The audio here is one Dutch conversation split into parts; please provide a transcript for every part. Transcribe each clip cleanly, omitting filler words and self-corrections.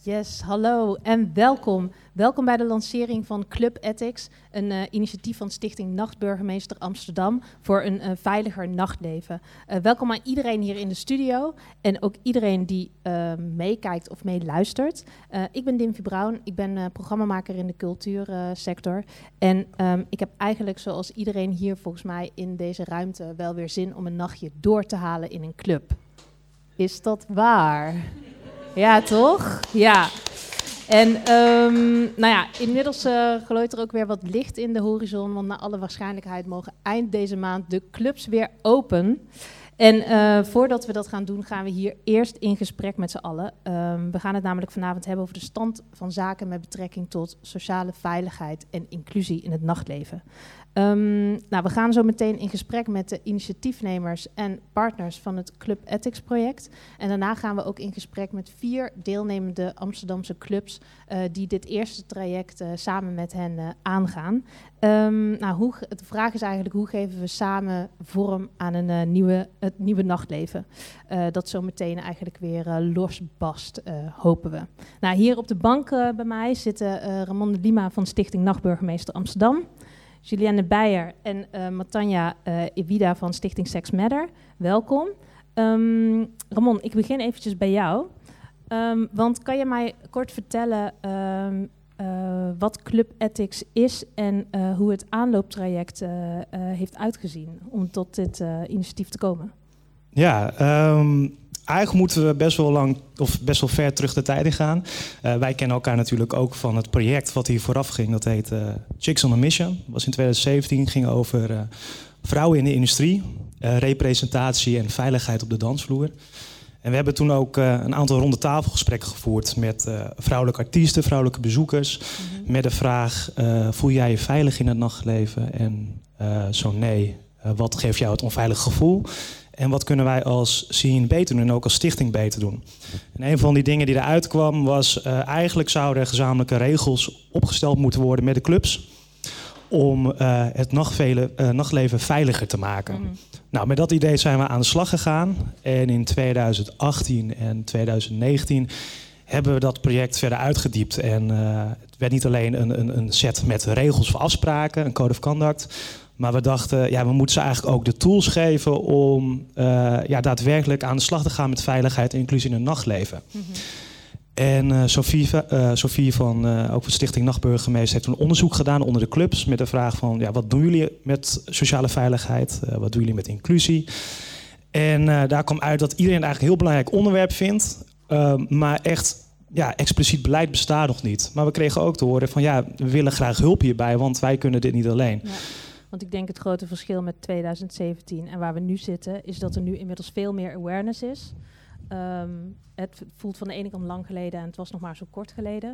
Yes, hallo en welkom. Welkom bij de lancering van Club Ethics, een initiatief van Stichting Nachtburgemeester Amsterdam voor een veiliger nachtleven. Welkom aan iedereen hier in de studio en ook iedereen die meekijkt of meeluistert. Ik ben Dimfie Brown, ik ben programmamaker in de cultuursector. En ik heb eigenlijk zoals iedereen hier volgens mij in deze ruimte wel weer zin om een nachtje door te halen in een club. Is dat waar? Ja, toch? Ja. En inmiddels glooit er ook weer wat licht in de horizon, want naar alle waarschijnlijkheid mogen eind deze maand de clubs weer open. En voordat we dat gaan doen, gaan we hier eerst in gesprek met z'n allen. We gaan het namelijk vanavond hebben over de stand van zaken met betrekking tot sociale veiligheid en inclusie in het nachtleven. We gaan zo meteen in gesprek met de initiatiefnemers en partners van het Club Ethics project. En daarna gaan we ook in gesprek met 4 deelnemende Amsterdamse clubs die dit eerste traject samen met hen aangaan. De vraag is eigenlijk, hoe geven we samen vorm aan het nieuwe nachtleven? Dat zo meteen eigenlijk weer losbarst, hopen we. Nou, hier op de bank bij mij zitten Ramon de Lima van Stichting Nachtburgemeester Amsterdam, Julianne Beijer en Matanja Ewida van Stichting Sex Matter. Welkom. Ramon, ik begin eventjes bij jou. Want kan je mij kort vertellen wat Club Ethics is en hoe het aanlooptraject heeft uitgezien om tot dit initiatief te komen? Ja, eigenlijk moeten we best wel ver terug de tijd in gaan. Wij kennen elkaar natuurlijk ook van het project wat hier vooraf ging. Dat heet Chicks on a Mission. Dat was in 2017, ging over vrouwen in de industrie, representatie en veiligheid op de dansvloer. En we hebben toen ook een aantal ronde tafelgesprekken gevoerd met vrouwelijke artiesten, vrouwelijke bezoekers. Mm-hmm. Met de vraag, voel jij je veilig in het nachtleven? En zo nee, wat geeft jou het onveilig gevoel? En wat kunnen wij als scene beter doen en ook als stichting beter doen? En een van die dingen die eruit kwam was, eigenlijk zouden er gezamenlijke regels opgesteld moeten worden met de clubs om het nachtleven veiliger te maken. Mm. Nou, met dat idee zijn we aan de slag gegaan. En in 2018 en 2019 hebben we dat project verder uitgediept. En het werd niet alleen een set met regels voor afspraken, een code of conduct. Maar we dachten, we moeten ze eigenlijk ook de tools geven om daadwerkelijk aan de slag te gaan met veiligheid en inclusie in het nachtleven. Mm-hmm. En Sophie van ook van Stichting Nachtburgemeester heeft een onderzoek gedaan onder de clubs met de vraag van, wat doen jullie met sociale veiligheid? Wat doen jullie met inclusie? En daar kwam uit dat iedereen het eigenlijk een heel belangrijk onderwerp vindt, maar echt expliciet beleid bestaat nog niet. Maar we kregen ook te horen van, we willen graag hulp hierbij, want wij kunnen dit niet alleen. Ja. Want ik denk het grote verschil met 2017 en waar we nu zitten, is dat er nu inmiddels veel meer awareness is. Het voelt van de ene kant lang geleden en het was nog maar zo kort geleden.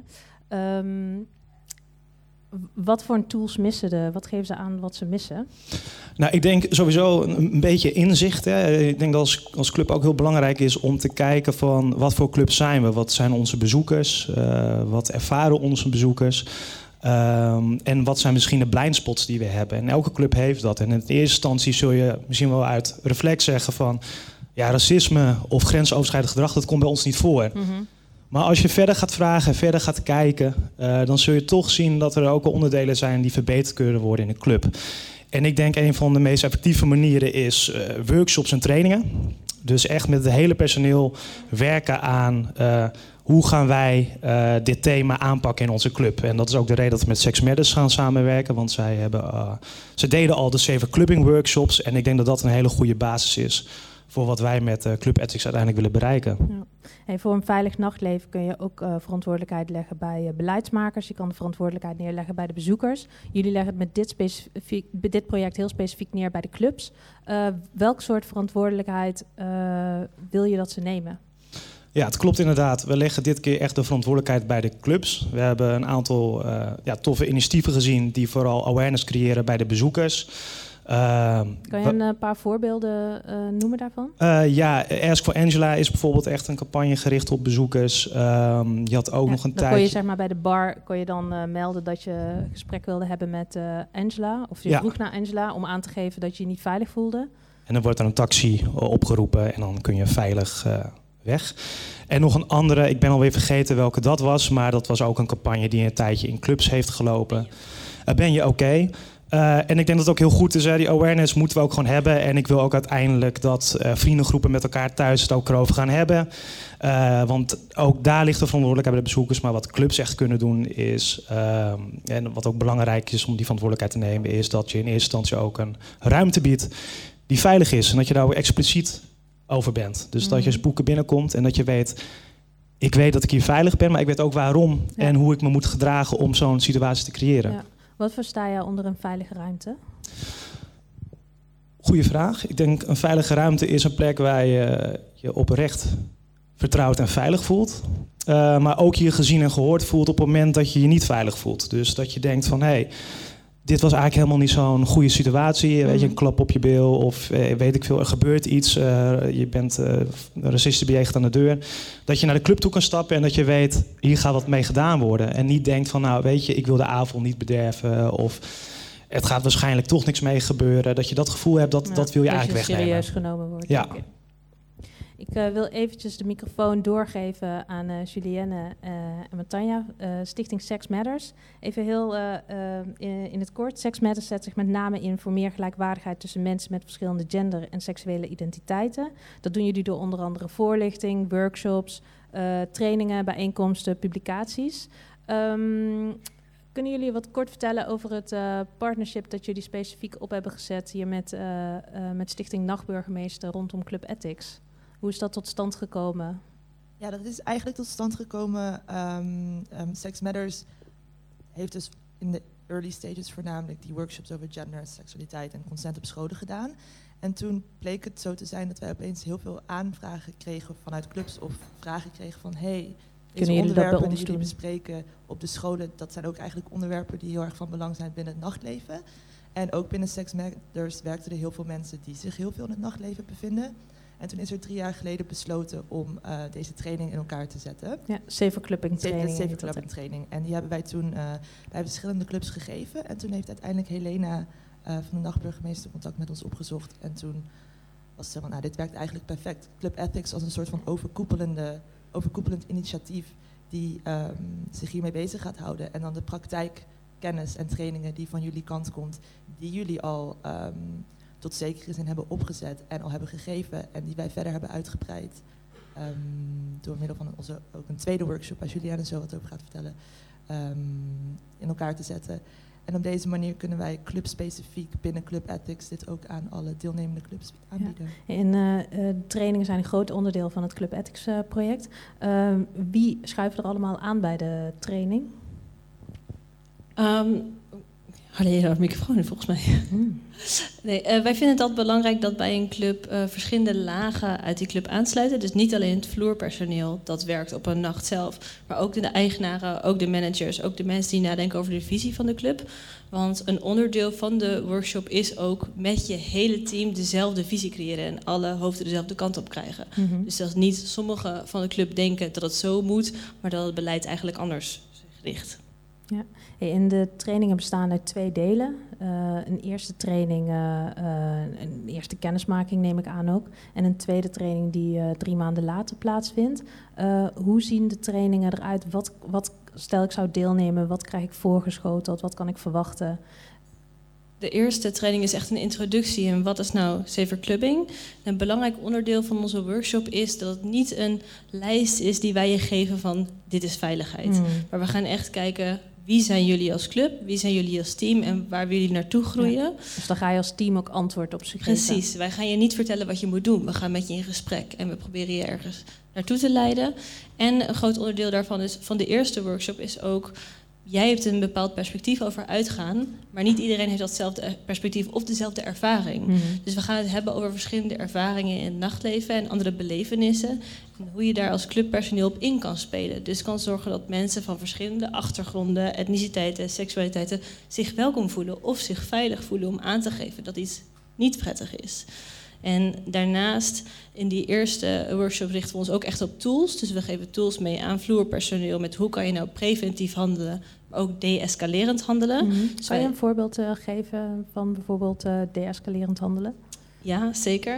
Wat voor tools missen wat geven ze aan wat ze missen? Nou, ik denk sowieso een beetje inzicht. Hè. Ik denk dat als club ook heel belangrijk is om te kijken van wat voor club zijn we? Wat zijn onze bezoekers? Wat ervaren onze bezoekers? En wat zijn misschien de blindspots die we hebben? En elke club heeft dat. En in eerste instantie zul je misschien wel uit reflex zeggen van, racisme of grensoverschrijdend gedrag, dat komt bij ons niet voor. Mm-hmm. Maar als je verder gaat vragen, verder gaat kijken, dan zul je toch zien dat er ook wel onderdelen zijn die verbeterd kunnen worden in een club. En ik denk een van de meest effectieve manieren is workshops en trainingen. Dus echt met het hele personeel werken aan hoe gaan wij dit thema aanpakken in onze club. En dat is ook de reden dat we met Sex Matters gaan samenwerken. Want ze deden al de 7 clubbing workshops. En ik denk dat dat een hele goede basis is voor wat wij met Club Ethics uiteindelijk willen bereiken. Ja. En voor een veilig nachtleven kun je ook verantwoordelijkheid leggen bij beleidsmakers. Je kan de verantwoordelijkheid neerleggen bij de bezoekers. Jullie leggen het met dit project heel specifiek neer bij de clubs. Welk soort verantwoordelijkheid wil je dat ze nemen? Ja, het klopt inderdaad. We leggen dit keer echt de verantwoordelijkheid bij de clubs. We hebben een aantal toffe initiatieven gezien die vooral awareness creëren bij de bezoekers. Kan je een paar voorbeelden noemen daarvan? Ask for Angela is bijvoorbeeld echt een campagne gericht op bezoekers. Je had ook nog een dan tijdje... kon je bij de bar dan melden dat je een gesprek wilde hebben met Angela. Of je vroeg naar Angela om aan te geven dat je je niet veilig voelde. En dan wordt er een taxi opgeroepen en dan kun je veilig weg. En nog een andere, ik ben alweer vergeten welke dat was, maar dat was ook een campagne die een tijdje in clubs heeft gelopen. Ben je oké? En ik denk dat het ook heel goed is. Die awareness moeten we ook gewoon hebben. En ik wil ook uiteindelijk dat vriendengroepen met elkaar thuis het ook erover gaan hebben. Want ook daar ligt de verantwoordelijkheid bij de bezoekers. Maar wat clubs echt kunnen doen is, en wat ook belangrijk is om die verantwoordelijkheid te nemen, is dat je in eerste instantie ook een ruimte biedt die veilig is. En dat je daar ook expliciet over bent. Dus dat je als boeken binnenkomt en dat je weet, ik weet dat ik hier veilig ben, maar ik weet ook waarom en hoe ik me moet gedragen om zo'n situatie te creëren. Ja. Wat versta je onder een veilige ruimte? Goeie vraag. Ik denk een veilige ruimte is een plek waar je je oprecht vertrouwd en veilig voelt. Maar ook je gezien en gehoord voelt op het moment dat je je niet veilig voelt. Dus dat je denkt van, hé, dit was eigenlijk helemaal niet zo'n goede situatie. Weet je, een klap op je bil of weet ik veel, er gebeurt iets. Je bent racisten bejegend aan de deur. Dat je naar de club toe kan stappen en dat je weet, hier gaat wat mee gedaan worden. En niet denkt van, nou weet je, ik wil de avond niet bederven. Of het gaat waarschijnlijk toch niks mee gebeuren. Dat je dat gevoel hebt, dat wil je eigenlijk wegnemen. Dat je serieus genomen wordt. Ja. Okay. Ik wil eventjes de microfoon doorgeven aan Julienne en Tanja, Stichting Sex Matters. Even heel in het kort. Sex Matters zet zich met name in voor meer gelijkwaardigheid tussen mensen met verschillende gender- en seksuele identiteiten. Dat doen jullie door onder andere voorlichting, workshops, trainingen, bijeenkomsten, publicaties. Kunnen jullie wat kort vertellen over het partnership dat jullie specifiek op hebben gezet hier met Stichting Nachtburgemeester rondom Club Ethics? Hoe is dat tot stand gekomen? Ja, dat is eigenlijk tot stand gekomen. Sex Matters heeft dus in de early stages voornamelijk die workshops over gender, seksualiteit en consent op scholen gedaan. En toen bleek het zo te zijn dat wij opeens heel veel aanvragen kregen vanuit clubs of vragen kregen van, hey, deze onderwerpen die jullie bespreken op de scholen, dat zijn ook eigenlijk onderwerpen die heel erg van belang zijn binnen het nachtleven. En ook binnen Sex Matters werkten er heel veel mensen die zich heel veel in het nachtleven bevinden. En toen is er 3 jaar geleden besloten om deze training in elkaar te zetten. Ja, Safer Clubbing training. Safer Clubbing training. En die hebben wij toen bij verschillende clubs gegeven. En toen heeft uiteindelijk Helena van de nachtburgemeester contact met ons opgezocht. En toen was ze van, nou, dit werkt eigenlijk perfect. Club Ethics als een soort van overkoepelend initiatief die zich hiermee bezig gaat houden. En dan de praktijkkennis en trainingen die van jullie kant komt, die jullie al tot zekere zin hebben opgezet en al hebben gegeven en die wij verder hebben uitgebreid door middel van ook een tweede workshop, waar Julianne zo wat over gaat vertellen, in elkaar te zetten. En op deze manier kunnen wij clubspecifiek binnen Club Ethics dit ook aan alle deelnemende clubs aanbieden. Ja. En trainingen zijn een groot onderdeel van het Club Ethics project. Wie schuift er allemaal aan bij de training? Hadden je een microfoon volgens mij? Nee, wij vinden het altijd belangrijk dat bij een club verschillende lagen uit die club aansluiten. Dus niet alleen het vloerpersoneel dat werkt op een nacht zelf, maar ook de eigenaren, ook de managers, ook de mensen die nadenken over de visie van de club. Want een onderdeel van de workshop is ook met je hele team dezelfde visie creëren en alle hoofden dezelfde kant op krijgen. Mm-hmm. Dus dat niet sommigen van de club denken dat het zo moet, maar dat het beleid eigenlijk anders ligt. Ja. En de trainingen bestaan uit 2 delen. Een eerste training, een eerste kennismaking neem ik aan ook. En een tweede training die 3 maanden later plaatsvindt. Hoe zien de trainingen eruit? Wat stel ik zou deelnemen, wat krijg ik voorgeschoteld? Wat kan ik verwachten? De eerste training is echt een introductie in wat is nou Safer Clubbing. Een belangrijk onderdeel van onze workshop is dat het niet een lijst is die wij je geven van dit is veiligheid. Maar we gaan echt kijken, wie zijn jullie als club, wie zijn jullie als team en waar willen jullie naartoe groeien. Ja, dus dan ga je als team ook antwoord op ze geven. Precies, wij gaan je niet vertellen wat je moet doen. We gaan met je in gesprek en we proberen je ergens naartoe te leiden. En een groot onderdeel daarvan is, van de eerste workshop is ook, jij hebt een bepaald perspectief over uitgaan, maar niet iedereen heeft datzelfde perspectief of dezelfde ervaring. Mm-hmm. Dus we gaan het hebben over verschillende ervaringen in het nachtleven en andere belevenissen. En hoe je daar als clubpersoneel op in kan spelen. Dus kan zorgen dat mensen van verschillende achtergronden, etniciteiten, seksualiteiten zich welkom voelen of zich veilig voelen om aan te geven dat iets niet prettig is. En daarnaast, in die eerste workshop richten we ons ook echt op tools. Dus we geven tools mee aan vloerpersoneel met hoe kan je nou preventief handelen, maar ook de-escalerend handelen. Mm-hmm. Zou je een voorbeeld geven van bijvoorbeeld de-escalerend handelen? Ja, zeker.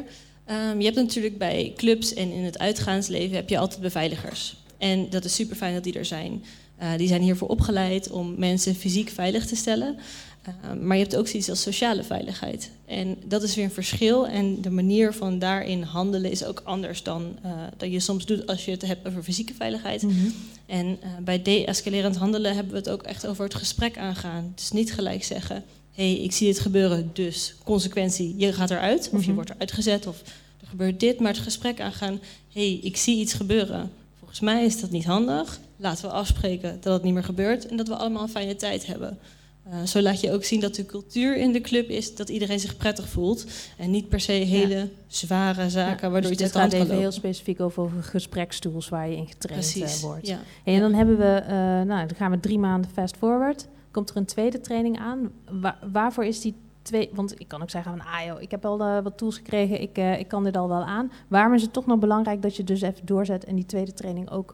Je hebt natuurlijk bij clubs en in het uitgaansleven heb je altijd beveiligers. En dat is super fijn dat die er zijn. Die zijn hiervoor opgeleid om mensen fysiek veilig te stellen. Maar je hebt ook zoiets als sociale veiligheid. En dat is weer een verschil. En de manier van daarin handelen is ook anders dan dat je soms doet als je het hebt over fysieke veiligheid. Mhm. En bij de-escalerend handelen hebben we het ook echt over het gesprek aangaan. Dus niet gelijk zeggen, hé, ik zie dit gebeuren, dus consequentie, je gaat eruit. Of je wordt eruit gezet, of er gebeurt dit. Maar het gesprek aangaan, hé, ik zie iets gebeuren. Volgens mij is dat niet handig. Laten we afspreken dat het niet meer gebeurt en dat we allemaal een fijne tijd hebben. Zo laat je ook zien dat de cultuur in de club is dat iedereen zich prettig voelt. En niet per se hele zware zaken waardoor dus je dit uit de hand gaat kan even lopen. heel specifiek over gespreksstools waar je in getraind wordt. Ja. Hey, en dan hebben we, dan gaan we 3 maanden fast forward. Komt er een tweede training aan? Waarvoor is die twee? Want ik kan ook zeggen van, joh, ik heb al wat tools gekregen, ik kan dit al wel aan. Waarom is het toch nog belangrijk dat je dus even doorzet en die tweede training ook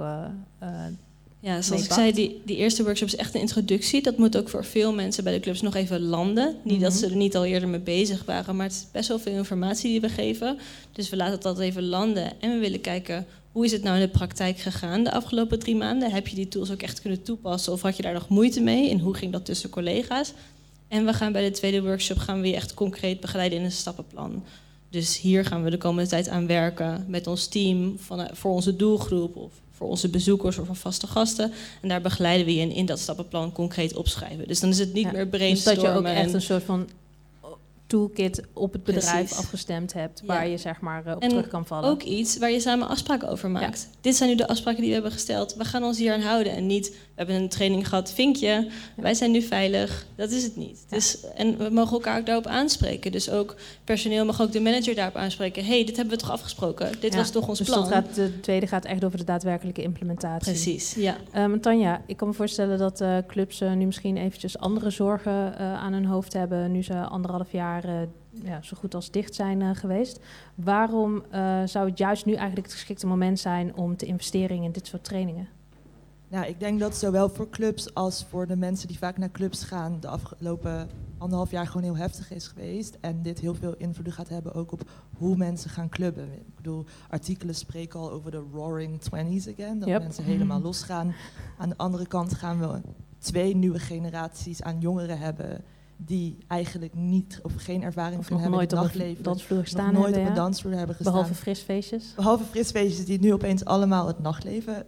Ja, zoals ik meepakt? zei, die eerste workshop is echt een introductie. Dat moet ook voor veel mensen bij de clubs nog even landen. Niet dat ze er niet al eerder mee bezig waren, maar het is best wel veel informatie die we geven. Dus we laten dat even landen en we willen kijken, hoe is het nou in de praktijk gegaan de afgelopen 3 maanden? Heb je die tools ook echt kunnen toepassen of had je daar nog moeite mee? En hoe ging dat tussen collega's? En we gaan bij de tweede workshop je echt concreet begeleiden in een stappenplan. Dus hier gaan we de komende tijd aan werken met ons team voor onze doelgroep of voor onze bezoekers of voor vaste gasten. En daar begeleiden we je in dat stappenplan concreet opschrijven. Dus dan is het niet meer brainstormen. Dus dat je ook echt een soort van toolkit op het bedrijf Precies. afgestemd hebt, Ja. waar je zeg maar op En terug kan vallen. ook iets waar je samen afspraken over maakt. Dit zijn nu de afspraken die we hebben gesteld. We gaan ons hier aan houden en niet, we hebben een training gehad, vinkje, wij zijn nu veilig. Dat is het niet. Ja. Dus, en we mogen elkaar ook daarop aanspreken. Dus ook personeel mag ook de manager daarop aanspreken. Hé, dit hebben we toch afgesproken? Dit was toch ons dus plan? de tweede gaat echt over de daadwerkelijke implementatie. Precies, ja. Tanja, ik kan me voorstellen dat clubs nu misschien eventjes andere zorgen aan hun hoofd hebben, nu ze 1,5 jaar zo goed als dicht zijn geweest. Waarom zou het juist nu eigenlijk het geschikte moment zijn om te investeren in dit soort trainingen? Nou, ik denk dat zowel voor clubs als voor de mensen die vaak naar clubs gaan de afgelopen 1,5 jaar gewoon heel heftig is geweest. En dit heel veel invloed gaat hebben ook op hoe mensen gaan clubben. Ik bedoel, artikelen spreken al over de roaring 20s again. Dat mensen helemaal losgaan. Aan de andere kant gaan we 2 nieuwe generaties aan jongeren hebben die eigenlijk niet of geen ervaring Of kunnen nog hebben nooit in het op een nachtleven. dansvloer Nog gestaan nooit hebben. op een Ja. dansvloer hebben gestaan. Behalve frisfeestjes. Behalve frisfeestjes die nu opeens allemaal het nachtleven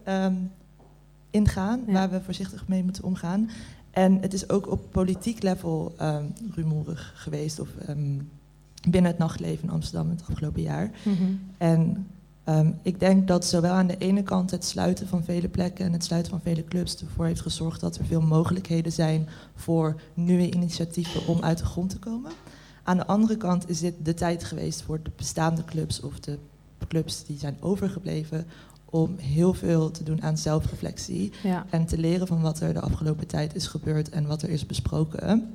ingaan, Ja. waar we voorzichtig mee moeten omgaan. En het is ook op politiek level rumoerig geweest, of binnen het nachtleven in Amsterdam het afgelopen jaar. En ik denk dat zowel aan de ene kant het sluiten van vele plekken en het sluiten van vele clubs ervoor heeft gezorgd dat er veel mogelijkheden zijn voor nieuwe initiatieven om uit de grond te komen. Aan de andere kant is dit de tijd geweest voor de bestaande clubs of de clubs die zijn overgebleven om heel veel te doen aan zelfreflectie en te leren van wat er de afgelopen tijd is gebeurd en wat er is besproken.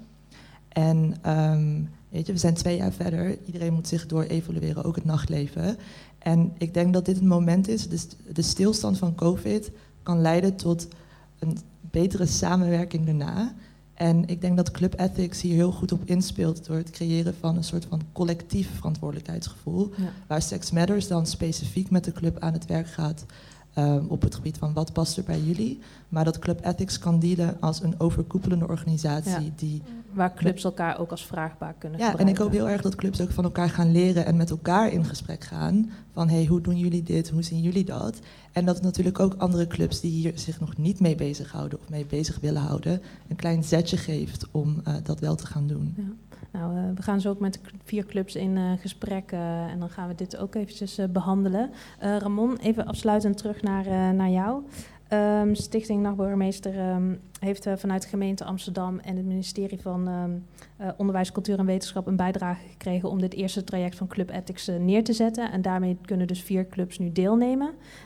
En weet je, we zijn 2 jaar verder, iedereen moet zich door-evalueren, ook het nachtleven. En ik denk dat dit het moment is, dus de stilstand van COVID kan leiden tot een betere samenwerking daarna. En ik denk dat Club Ethics hier heel goed op inspeelt door het creëren van een soort van collectief verantwoordelijkheidsgevoel. Ja. Waar Sex Matters dan specifiek met de club aan het werk gaat op het gebied van wat past er bij jullie. Maar dat Club Ethics kan dienen als een overkoepelende organisatie die... Waar clubs elkaar ook als vraagbaak kunnen gebruiken. En ik hoop heel erg dat clubs ook van elkaar gaan leren en met elkaar in gesprek gaan. Van hey, hoe doen jullie dit, hoe zien jullie dat? En dat natuurlijk ook andere clubs die hier zich nog niet mee bezighouden of mee bezig willen houden, een klein zetje geeft om dat wel te gaan doen. Ja. Nou, we gaan zo ook met 4 clubs in gesprek en dan gaan we dit ook eventjes behandelen. Ramon, even afsluitend terug naar jou. Stichting Nachtburgemeester heeft vanuit de gemeente Amsterdam en het ministerie van Onderwijs, Cultuur en Wetenschap een bijdrage gekregen om dit eerste traject van Club Ethics neer te zetten. En daarmee kunnen dus 4 clubs nu deelnemen.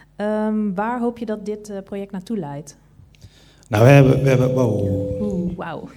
Waar hoop je dat dit project naartoe leidt? Nou, we hebben wow. Wauw.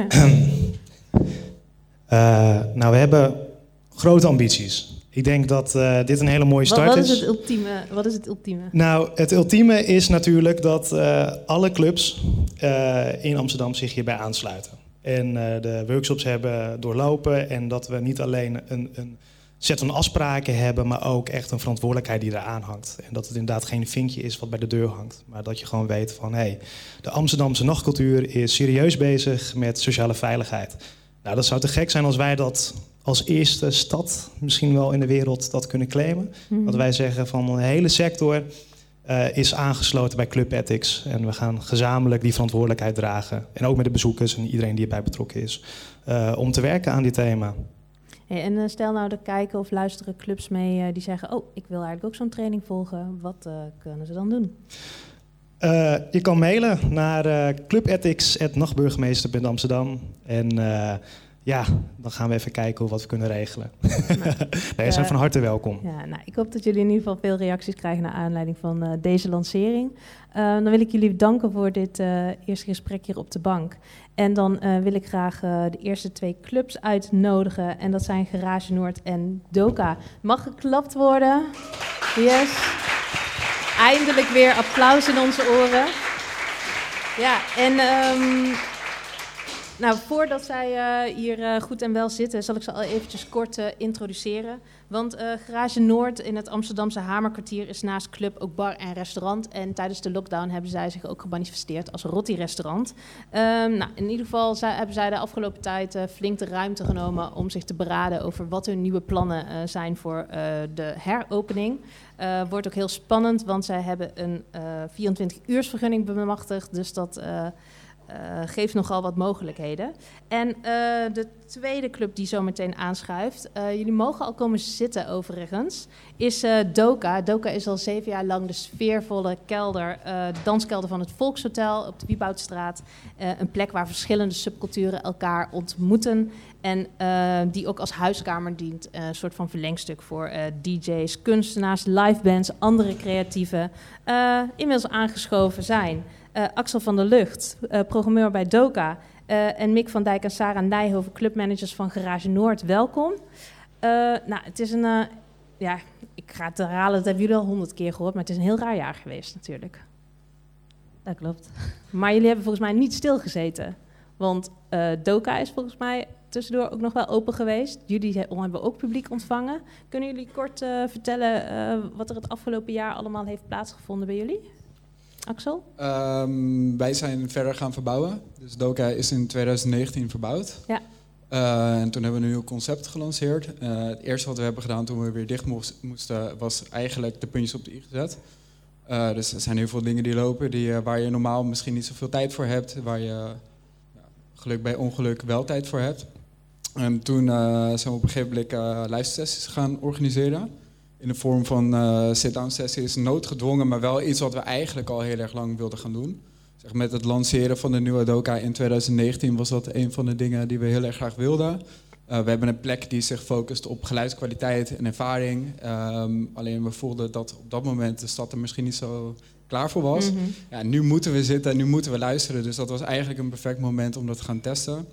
Nou, we hebben grote ambities. Ik denk dat dit een hele mooie start is. Wat is het ultieme? Nou, het ultieme is natuurlijk dat alle clubs in Amsterdam zich hierbij aansluiten. En de workshops hebben doorlopen en dat we niet alleen een set van afspraken hebben, maar ook echt een verantwoordelijkheid die eraan hangt. En dat het inderdaad geen vinkje is wat bij de deur hangt. Maar dat je gewoon weet van, de Amsterdamse nachtcultuur is serieus bezig met sociale veiligheid. Nou, dat zou te gek zijn als wij dat als eerste stad misschien wel in de wereld dat kunnen claimen. Mm-hmm. Dat wij zeggen van een hele sector is aangesloten bij Club Ethics. En we gaan gezamenlijk die verantwoordelijkheid dragen. En ook met de bezoekers en iedereen die erbij betrokken is. Om te werken aan dit thema. Hey, en stel nou, er kijken of luisteren clubs mee die zeggen... ik wil eigenlijk ook zo'n training volgen. Wat kunnen ze dan doen? Je kan mailen naar clubethics@nachtburgemeester.amsterdam. En dan gaan we even kijken wat we kunnen regelen. Je zijn van harte welkom. Ja, nou, ik hoop dat jullie in ieder geval veel reacties krijgen... naar aanleiding van deze lancering. Dan wil ik jullie bedanken voor dit eerste gesprek hier op de bank. En dan wil ik graag de eerste 2 clubs uitnodigen. En dat zijn Garage Noord en Doka. Mag geklapt worden? Yes. Eindelijk weer applaus in onze oren. Ja, en voordat zij hier goed en wel zitten... zal ik ze al eventjes kort introduceren. Want Garage Noord in het Amsterdamse Hamerkwartier is naast club ook bar en restaurant. En tijdens de lockdown hebben zij zich ook gemanifesteerd als Rotti-restaurant. In ieder geval hebben zij de afgelopen tijd flink de ruimte genomen om zich te beraden over wat hun nieuwe plannen zijn voor de heropening. Wordt ook heel spannend, want zij hebben een 24-uursvergunning bemachtigd. Dus dat geeft nogal wat mogelijkheden. En de tweede club die zo meteen aanschuift, jullie mogen al komen zitten overigens, is Doka. Doka is al 7 jaar lang de sfeervolle kelder, danskelder van het Volkshotel op de Wieboudstraat. Een plek waar verschillende subculturen elkaar ontmoeten. En die ook als huiskamer dient. Een soort van verlengstuk voor DJ's, kunstenaars, livebands, andere creatieven. Inmiddels aangeschoven zijn Axel van der Lucht, programmeur bij Doka. En Mick van Dijk en Sarah Nijhoven, clubmanagers van Garage Noord. Welkom. Het is een... ik ga het herhalen, dat hebben jullie al 100 keer gehoord. Maar het is een heel raar jaar geweest natuurlijk. Dat klopt. Maar jullie hebben volgens mij niet stilgezeten. Want Doka is volgens mij tussendoor ook nog wel open geweest. Jullie hebben ook publiek ontvangen. Kunnen jullie kort vertellen wat er het afgelopen jaar allemaal heeft plaatsgevonden bij jullie? Axel? Wij zijn verder gaan verbouwen. Dus Doka is in 2019 verbouwd. Ja. En toen hebben we een nieuw concept gelanceerd. Het eerste wat we hebben gedaan toen we weer dicht moesten... was eigenlijk de puntjes op de i gezet. Dus er zijn heel veel dingen die lopen... waar je normaal misschien niet zoveel tijd voor hebt. Waar je geluk bij ongeluk wel tijd voor hebt. En toen zijn we op een gegeven moment luistersessies gaan organiseren... in de vorm van sit-down sessies, noodgedwongen, maar wel iets wat we eigenlijk al heel erg lang wilden gaan doen. Zeg, met het lanceren van de nieuwe Doka in 2019 was dat een van de dingen die we heel erg graag wilden. We hebben een plek die zich focust op geluidskwaliteit en ervaring. Alleen we voelden dat op dat moment de stad er misschien niet zo klaar voor was. Mm-hmm. Ja, nu moeten we zitten, nu moeten we luisteren. Dus dat was eigenlijk een perfect moment om dat te gaan testen.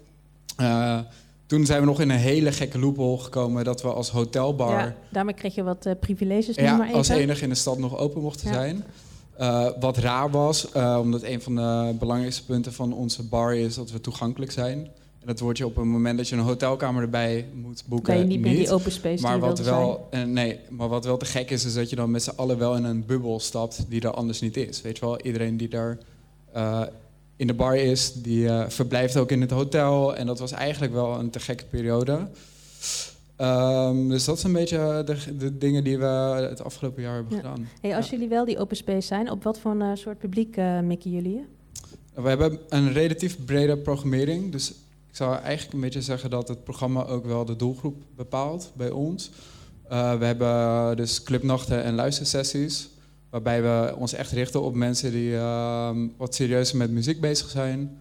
Toen zijn we nog in een hele gekke loophole gekomen dat we als hotelbar... Ja, daarmee kreeg je wat privileges, noem maar even. Als enige in de stad nog open mochten zijn. Wat raar was, omdat een van de belangrijkste punten van onze bar is dat we toegankelijk zijn. En dat word je op het moment dat je een hotelkamer erbij moet boeken ben je niet meer die open space maar die je wat wel, zijn. maar wat wel te gek is dat je dan met z'n allen wel in een bubbel stapt die er anders niet is. Weet je wel, iedereen die daar... in de bar is, die verblijft ook in het hotel. En dat was eigenlijk wel een te gekke periode. Dus dat is een beetje de dingen die we het afgelopen jaar hebben gedaan. Hey, als jullie wel die open space zijn, op wat voor een soort publiek mikken jullie? We hebben een relatief brede programmering. Dus ik zou eigenlijk een beetje zeggen dat het programma ook wel de doelgroep bepaalt bij ons. We hebben dus clubnachten en luistersessies. Waarbij we ons echt richten op mensen die wat serieuzer met muziek bezig zijn.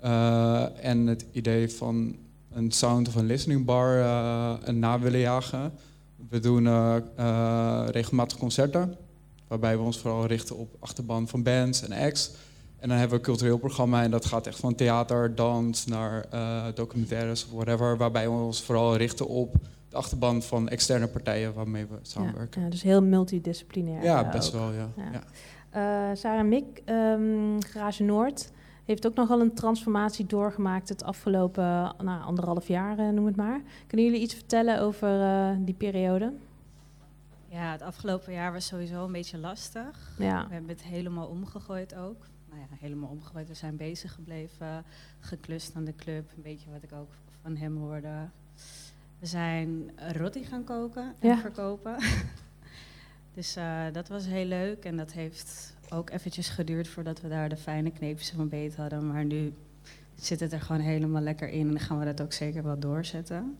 En het idee van een sound of een listening bar na willen jagen. We doen regelmatig concerten. Waarbij we ons vooral richten op achterban van bands en acts. En dan hebben we een cultureel programma en dat gaat echt van theater, dans naar documentaires of whatever. Waarbij we ons vooral richten op de achterban van externe partijen waarmee we samenwerken. Ja, dus heel multidisciplinair. Ja, best ook. wel, ja. Sarah en Mick, Garage Noord. heeft ook nogal een transformatie doorgemaakt het afgelopen 1,5 jaar, noem het maar. Kunnen jullie iets vertellen over die periode? Ja, het afgelopen jaar was sowieso een beetje lastig. Ja. We hebben het helemaal omgegooid ook. Nou ja, helemaal omgegooid. We zijn bezig gebleven, geklust aan de club. Een beetje wat ik ook van hem hoorde. We zijn roti gaan koken en verkopen. Dus dat was heel leuk. En dat heeft ook eventjes geduurd voordat we daar de fijne kneepjes van beet hadden. Maar nu zit het er gewoon helemaal lekker in. En dan gaan we dat ook zeker wel doorzetten.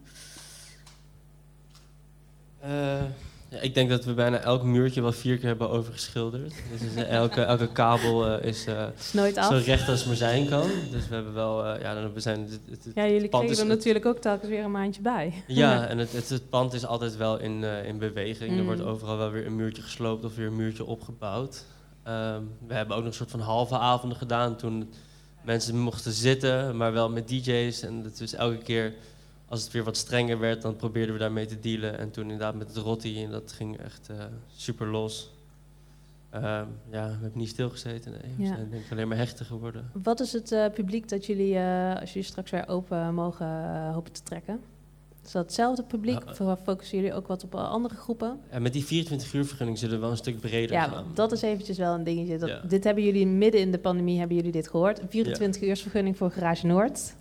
Ja, ik denk dat we bijna elk muurtje wel 4 keer hebben overgeschilderd. Dus elke kabel is nooit af. Zo recht als maar zijn kan. Dus we hebben wel... we zijn, jullie kregen er natuurlijk ook telkens weer een maandje bij. Ja, en het pand is altijd wel in beweging. Er wordt overal wel weer een muurtje gesloopt of weer een muurtje opgebouwd. We hebben ook nog een soort van halve avonden gedaan toen mensen mochten zitten, maar wel met DJ's. En dat was elke keer... Als het weer wat strenger werd, dan probeerden we daarmee te dealen. En toen inderdaad met het rotti, en dat ging echt super los. We hebben niet stilgezeten, nee. We zijn denk ik alleen maar hechter geworden. Wat is het publiek dat jullie, als jullie straks weer open mogen, hopen te trekken? Is dat hetzelfde publiek? Of focussen jullie ook wat op andere groepen? Met die 24 uur vergunning zullen we wel een stuk breder gaan. Ja, dat is eventjes wel een dingetje. Dit hebben jullie midden in de pandemie, hebben jullie dit gehoord. 24 uur vergunning voor Garage Noord.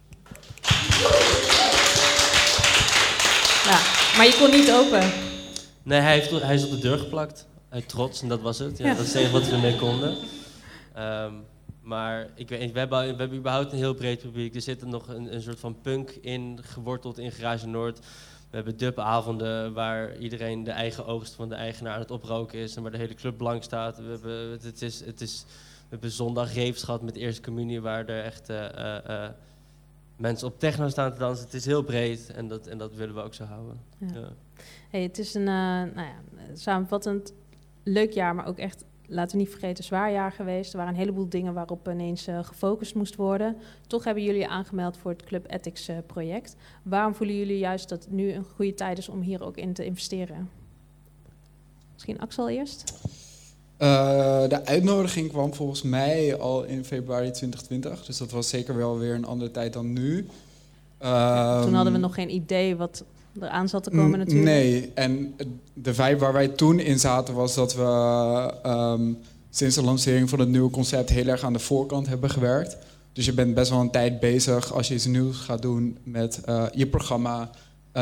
Ja, maar je kon niet open. Nee, hij is op de deur geplakt. Uit trots, en dat was het. Ja, dat is het enige wat we ermee konden. Maar ik weet niet, we hebben überhaupt een heel breed publiek. Er zit nog een soort van punk in, geworteld in Garage Noord. We hebben dubavonden waar iedereen de eigen oogst van de eigenaar aan het oproken is. En waar de hele club blank staat. We hebben zondag raves gehad met Eerste Communie, waar er echt... mensen op techno staan te dansen. Het is heel breed en dat willen we ook zo houden. Ja. Ja. Hey, het is een samenvattend leuk jaar, maar ook echt, laten we niet vergeten, zwaar jaar geweest. Er waren een heleboel dingen waarop ineens gefocust moest worden. Toch hebben jullie aangemeld voor het Club Ethics project. Waarom voelen jullie juist dat het nu een goede tijd is om hier ook in te investeren? Misschien Axel eerst? De uitnodiging kwam volgens mij al in februari 2020. Dus dat was zeker wel weer een andere tijd dan nu. Toen hadden we nog geen idee wat er aan zat te komen natuurlijk. Nee, en de vibe waar wij toen in zaten was dat we sinds de lancering van het nieuwe concept heel erg aan de voorkant hebben gewerkt. Dus je bent best wel een tijd bezig als je iets nieuws gaat doen met je programma,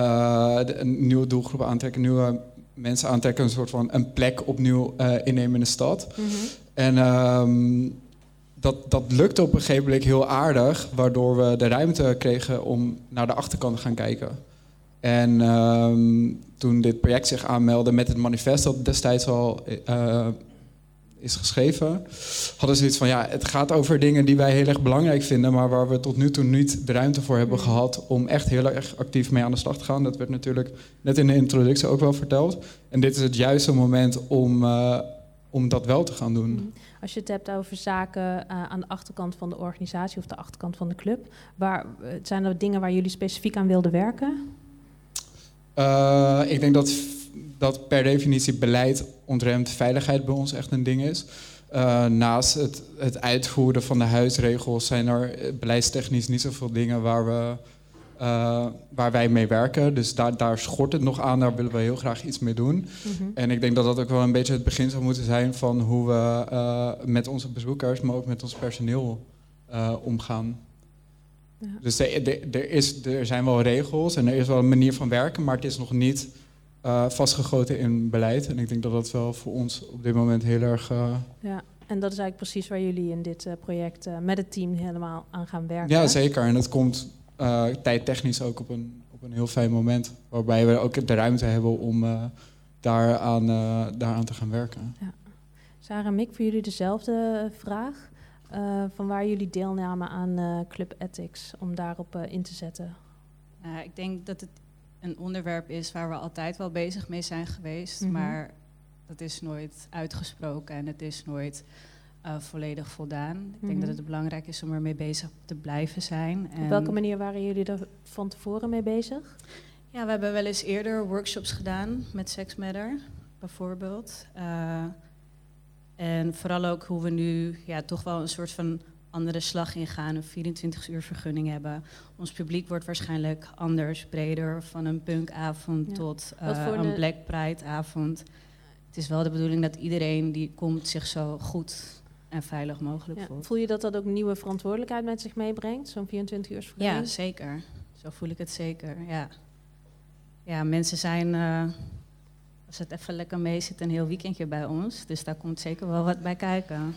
een nieuwe doelgroep aantrekken, nieuwe mensen aantrekken, een soort van een plek opnieuw innemen in de stad. Mm-hmm. En dat lukte op een gegeven moment heel aardig, waardoor we de ruimte kregen om naar de achterkant te gaan kijken. En toen dit project zich aanmeldde met het manifest dat destijds al is geschreven, hadden ze iets van, het gaat over dingen die wij heel erg belangrijk vinden, maar waar we tot nu toe niet de ruimte voor hebben gehad om echt heel erg actief mee aan de slag te gaan. Dat werd natuurlijk net in de introductie ook wel verteld. En dit is het juiste moment om dat wel te gaan doen. Als je het hebt over zaken aan de achterkant van de organisatie of de achterkant van de club, zijn er dingen waar jullie specifiek aan wilden werken? Ik denk dat per definitie beleid omtrent veiligheid bij ons echt een ding is. Naast het uitvoeren van de huisregels zijn er beleidstechnisch niet zoveel dingen waar wij mee werken. Dus daar schort het nog aan, daar willen we heel graag iets mee doen. Mm-hmm. En ik denk dat dat ook wel een beetje het begin zou moeten zijn van hoe we met onze bezoekers, maar ook met ons personeel omgaan. Ja. Dus er zijn wel regels en er is wel een manier van werken, maar het is nog niet vastgegoten in beleid. En ik denk dat dat wel voor ons op dit moment heel erg... Ja, en dat is eigenlijk precies waar jullie in dit project met het team helemaal aan gaan werken. Ja, zeker. En het komt tijdtechnisch ook op een heel fijn moment, waarbij we ook de ruimte hebben om daaraan te gaan werken. Ja. Sarah en Mick, voor jullie dezelfde vraag. Van waar jullie deelnamen aan Club Ethics, om daarop in te zetten? Ik denk dat het een onderwerp is waar we altijd wel bezig mee zijn geweest. Mm-hmm. Maar dat is nooit uitgesproken en het is nooit volledig voldaan. Ik denk dat het belangrijk is om ermee bezig te blijven zijn. En op welke manier waren jullie er van tevoren mee bezig? Ja, we hebben wel eens eerder workshops gedaan met Sex Matter, bijvoorbeeld. En vooral ook hoe we nu toch wel een soort van andere slag ingaan, een 24-uur vergunning hebben. Ons publiek wordt waarschijnlijk anders, breder, van een punkavond tot een Black Pride avond. Het is wel de bedoeling dat iedereen die komt zich zo goed en veilig mogelijk voelt. Voel je dat dat ook nieuwe verantwoordelijkheid met zich meebrengt, zo'n 24-uur vergunning? Ja, zeker. Zo voel ik het zeker, ja. Ja, mensen zijn, als het even lekker mee zit, een heel weekendje bij ons. Dus daar komt zeker wel wat bij kijken.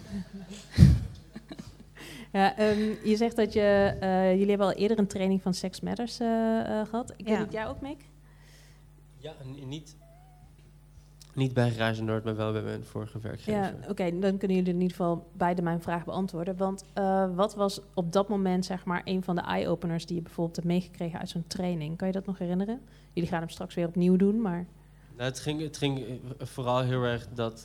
Ja, je zegt dat jullie hebben al eerder een training van Sex Matters gehad. Ik weet niet, jij ook, Mick? Ja, niet bij Garage Noord, maar wel bij mijn vorige werkgever. Ja, oké, dan kunnen jullie in ieder geval beide mijn vraag beantwoorden. Want wat was op dat moment zeg maar een van de eye-openers die je bijvoorbeeld hebt meegekregen uit zo'n training? Kan je dat nog herinneren? Jullie gaan hem straks weer opnieuw doen, maar... Nou, het ging vooral heel erg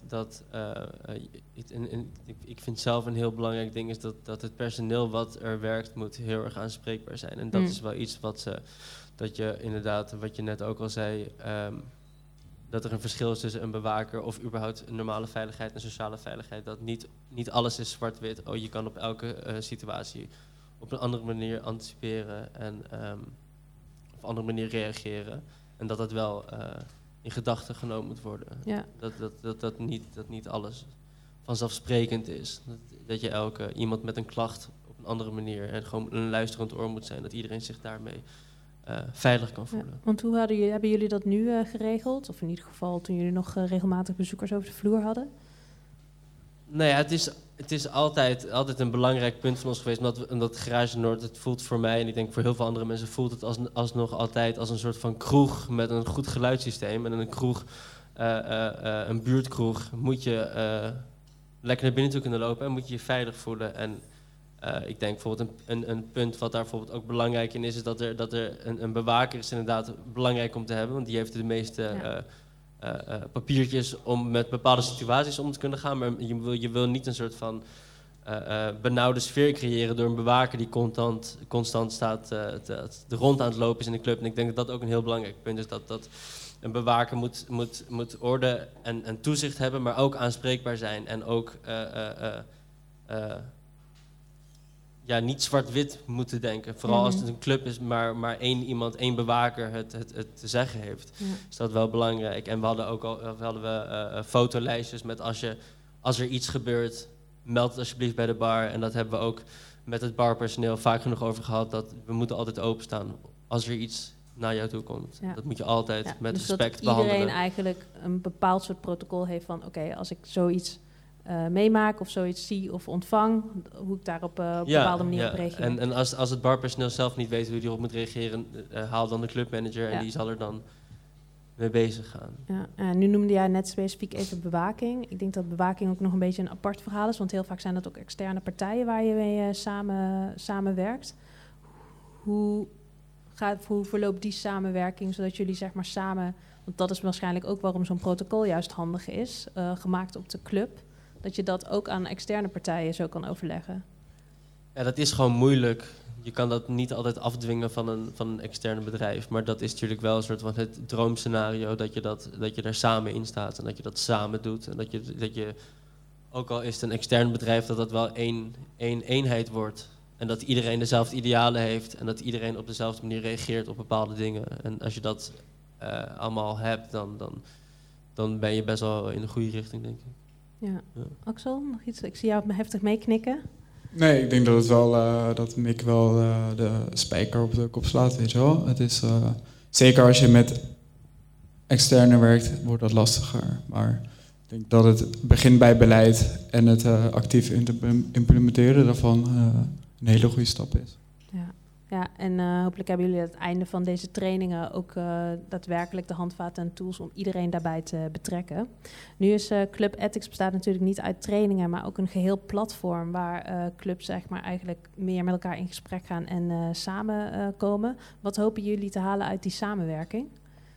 ik vind zelf een heel belangrijk ding is dat het personeel wat er werkt moet heel erg aanspreekbaar zijn. En dat is wel iets dat je inderdaad, wat je net ook al zei, dat er een verschil is tussen een bewaker of überhaupt een normale veiligheid en sociale veiligheid. Dat niet alles is zwart-wit. Oh, je kan op elke situatie op een andere manier anticiperen en op een andere manier reageren. En dat wel in gedachten genomen moet worden. Ja. Dat niet alles vanzelfsprekend is. Dat je iemand met een klacht op een andere manier en gewoon een luisterend oor moet zijn. Dat iedereen zich daarmee veilig kan voelen. Ja, want hoe hebben jullie dat nu geregeld? Of in ieder geval toen jullie nog regelmatig bezoekers over de vloer hadden? Nou ja, het is altijd een belangrijk punt van ons geweest. Omdat Garage Noord, het voelt voor mij en ik denk voor heel veel andere mensen, voelt het alsnog altijd als een soort van kroeg met een goed geluidssysteem. En in een kroeg, een buurtkroeg, moet je lekker naar binnen toe kunnen lopen en moet je je veilig voelen. En ik denk bijvoorbeeld een punt wat daar bijvoorbeeld ook belangrijk in is dat er een bewaker is inderdaad belangrijk om te hebben. Want die heeft de meeste papiertjes om met bepaalde situaties om te kunnen gaan. Maar je wil niet een soort van benauwde sfeer creëren door een bewaker die constant staat de rond aan het lopen is in de club. En ik denk dat dat ook een heel belangrijk punt is. Dat een bewaker moet orde en toezicht hebben, maar ook aanspreekbaar zijn. En ook niet zwart-wit moeten denken. Vooral als het een club is, maar één bewaker het te zeggen heeft. Ja. Is dat wel belangrijk. En we hadden fotolijstjes met als er iets gebeurt, meld het alsjeblieft bij de bar. En dat hebben we ook met het barpersoneel vaak genoeg over gehad. Dat we moeten altijd openstaan als er iets naar jou toe komt. Ja. Dat moet je altijd met respect behandelen. Dat iedereen eigenlijk een bepaald soort protocol heeft van oké, als ik zoiets meemaak of zoiets zie of ontvang, hoe ik daar op een bepaalde manier op reageer. En als het barpersoneel zelf niet weet hoe die erop moet reageren, haal dan de clubmanager en die zal er dan mee bezig gaan. Ja, nu noemde jij net specifiek even bewaking. Ik denk dat bewaking ook nog een beetje een apart verhaal is, want heel vaak zijn dat ook externe partijen waar je mee samenwerkt. Hoe verloopt die samenwerking, zodat jullie zeg maar samen, want dat is waarschijnlijk ook waarom zo'n protocol juist handig is, gemaakt op de club, dat je dat ook aan externe partijen zo kan overleggen? Ja, dat is gewoon moeilijk. Je kan dat niet altijd afdwingen van een externe bedrijf. Maar dat is natuurlijk wel een soort van het droomscenario, dat je daar samen in staat en dat je dat samen doet. En dat je ook al is het een extern bedrijf, dat wel één eenheid wordt. En dat iedereen dezelfde idealen heeft en dat iedereen op dezelfde manier reageert op bepaalde dingen. En als je dat allemaal hebt, dan ben je best wel in de goede richting, denk ik. Ja. Axel, nog iets? Ik zie jou heftig meeknikken. Nee, ik denk dat Mick wel de spijker op de kop slaat, weet je wel. Het is, zeker als je met externe werkt, wordt dat lastiger. Maar ik denk dat het begin bij beleid en het actief implementeren daarvan een hele goede stap is. Ja, en hopelijk hebben jullie aan het einde van deze trainingen ook daadwerkelijk de handvaten en tools om iedereen daarbij te betrekken. Nu is Club Ethics bestaat natuurlijk niet uit trainingen, maar ook een geheel platform waar clubs zeg maar eigenlijk meer met elkaar in gesprek gaan en samenkomen. Wat hopen jullie te halen uit die samenwerking?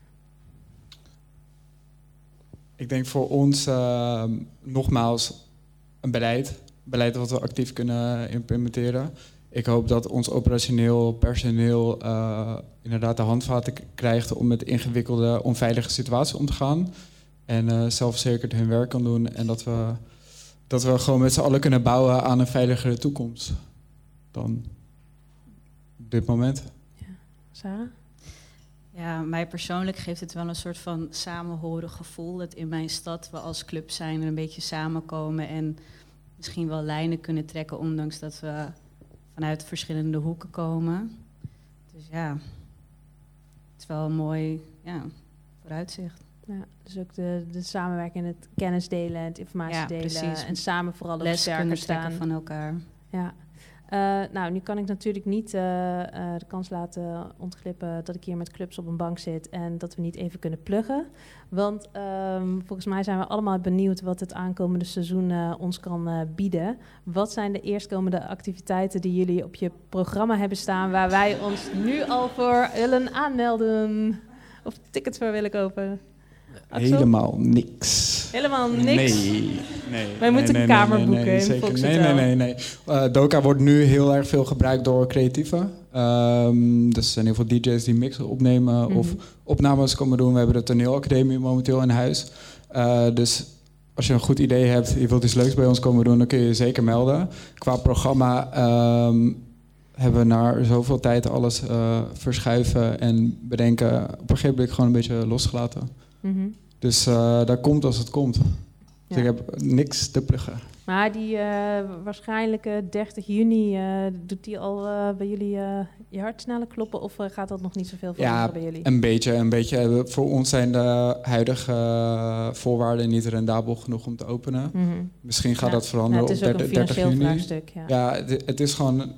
Ik denk voor ons nogmaals een beleid wat we actief kunnen implementeren. Ik hoop dat ons operationeel personeel inderdaad de handvaten krijgt om met ingewikkelde, onveilige situaties om te gaan. En zelfverzekerd hun werk kan doen. En dat we gewoon met z'n allen kunnen bouwen aan een veiligere toekomst. dan op dit moment. Ja. Sarah? Ja, mij persoonlijk geeft het wel een soort van samenhoren gevoel. Dat in mijn stad we als club zijn en een beetje samenkomen en misschien wel lijnen kunnen trekken, ondanks dat we vanuit verschillende hoeken komen. Dus ja, het is wel een mooi vooruitzicht. Ja, dus ook de samenwerking, het kennis delen, het informatie delen precies. En samen vooral ook Les sterker kunnen staan trekken van elkaar. Ja. Nou, nu kan ik natuurlijk niet de kans laten ontglippen dat ik hier met clubs op een bank zit en dat we niet even kunnen pluggen. Want volgens mij zijn we allemaal benieuwd wat het aankomende seizoen ons kan bieden. Wat zijn de eerstkomende activiteiten die jullie op je programma hebben staan waar wij ons nu al voor willen aanmelden? Of tickets voor willen kopen? Axel? Helemaal niks. Helemaal niks? Nee. Wij moeten een kamer boeken in zeker. Fox Nee. Doka wordt nu heel erg veel gebruikt door creatieven. Dus er zijn heel veel DJ's die mixen opnemen of opnames komen doen. We hebben de toneelacademie momenteel in huis. Dus als je een goed idee hebt, je wilt iets leuks bij ons komen doen, dan kun je je zeker melden. Qua programma hebben we na zoveel tijd alles verschuiven en bedenken. Op een gegeven moment gewoon een beetje losgelaten. Dus dat komt als het komt. Dus ik heb niks te pluggen. Maar die waarschijnlijk 30 juni, doet die al bij jullie je hart sneller kloppen? Of gaat dat nog niet zoveel veranderen bij jullie? Een beetje. Voor ons zijn de huidige voorwaarden niet rendabel genoeg om te openen. Misschien gaat dat veranderen op 30 juni. Het is ook een financieel vraagstuk. Ja, het is gewoon...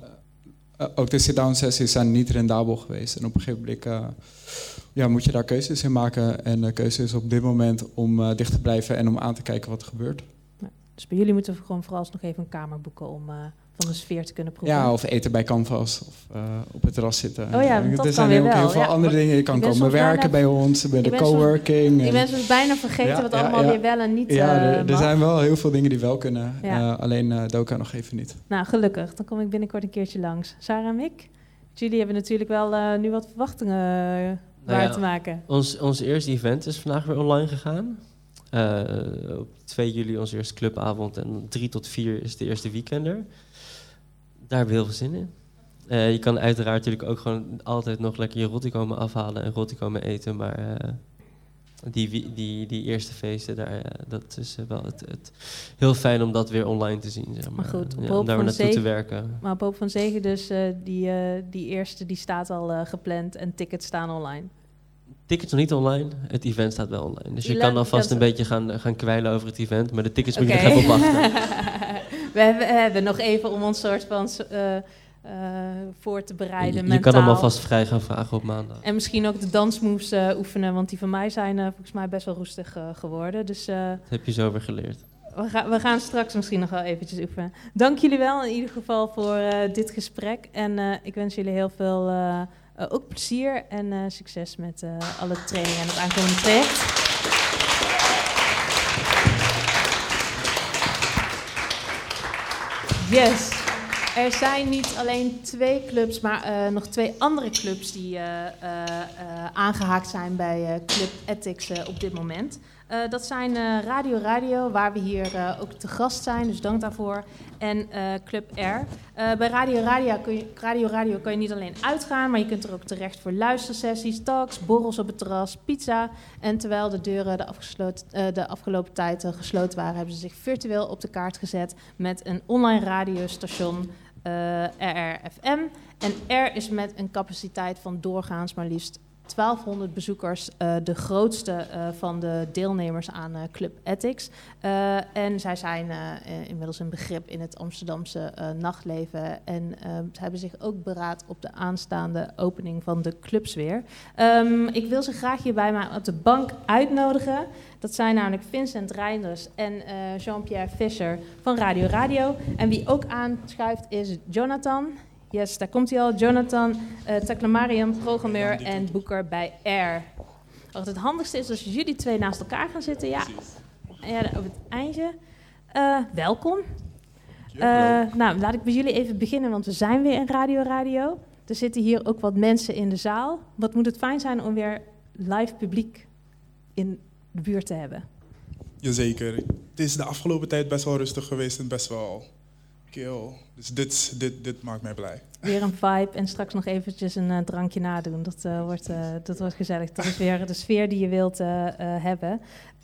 ook de sit-down sessies zijn niet rendabel geweest. En op een gegeven moment moet je daar keuzes in maken. En de keuze is op dit moment om dicht te blijven en om aan te kijken wat er gebeurt. Dus bij jullie moeten we gewoon vooralsnog even een kamer boeken om van de sfeer te kunnen proeven. Ja, of eten bij Canvas of op het terras zitten. Oh ja, dat er zijn ook heel veel andere dingen. Je kan komen werken bij ons, bij de coworking. Ik ben soms bijna vergeten wat allemaal weer wel en niet er zijn wel heel veel dingen die wel kunnen. Alleen Doka nog even niet. Nou, gelukkig. Dan kom ik binnenkort een keertje langs. Sarah en Mick, jullie hebben natuurlijk wel nu wat verwachtingen waar te maken. Ons eerste event is vandaag weer online gegaan. Op 2 juli onze eerste clubavond en 3 tot 4 is de eerste weekender. Daar hebben we heel veel zin in. Je kan uiteraard natuurlijk ook gewoon altijd nog lekker je rotti komen afhalen en rotti komen eten, maar die eerste feesten, dat is wel het heel fijn om dat weer online te zien. Zeg maar. Goed, om daar weer naartoe te werken. Maar op Hoop van Zegen dus, die eerste die staat al gepland en tickets staan online. Tickets nog niet online, het event staat wel online. Dus je kan alvast een beetje gaan kwijlen over het event, maar de tickets moet je nog even op wachten. We hebben nog even om ons soort van voor te bereiden. Je kan hem alvast vrij gaan vragen op maandag. En misschien ook de dansmoves oefenen, want die van mij zijn volgens mij best wel rustig geworden. Dus, dat heb je zo weer geleerd. We gaan straks misschien nog wel eventjes oefenen. Dank jullie wel in ieder geval voor dit gesprek. En ik wens jullie heel veel ook plezier en succes met alle trainingen en het aankomende project. Yes. Er zijn niet alleen 2 clubs, maar nog 2 andere clubs die aangehaakt zijn bij Club Ethics op dit moment. Dat zijn Radio, waar we hier ook te gast zijn, dus dank daarvoor. En Club R. Bij Radio kan je niet alleen uitgaan, maar je kunt er ook terecht voor luistersessies, talks, borrels op het terras, pizza. En terwijl de deuren de afgelopen tijd gesloten waren, hebben ze zich virtueel op de kaart gezet met een online radiostation RRFM. En R is met een capaciteit van doorgaans maar liefst 1200 bezoekers, de grootste van de deelnemers aan Club Ethics. En zij zijn inmiddels een begrip in het Amsterdamse nachtleven. En ze hebben zich ook beraad op de aanstaande opening van de clubs weer. Ik wil ze graag hier bij mij op de bank uitnodigen. Dat zijn namelijk Vincent Reinders en Jean-Pierre Visser van Radio. En wie ook aanschuift is Jonathan. Yes, daar komt hij al. Jonathan Taklamarian, programmeur en boeker bij R. Wat het handigste is als jullie 2 naast elkaar gaan zitten. Ja, op het eindje. Welkom. Nou, laat ik bij jullie even beginnen, want we zijn weer in Radio. Er zitten hier ook wat mensen in de zaal. Wat moet het fijn zijn om weer live publiek in de buurt te hebben? Jazeker. Het is de afgelopen tijd best wel rustig geweest en best wel Kill. Dus dit maakt mij blij. Weer een vibe en straks nog eventjes een drankje nadoen. Dat wordt gezellig. Dat is weer de sfeer die je wilt hebben.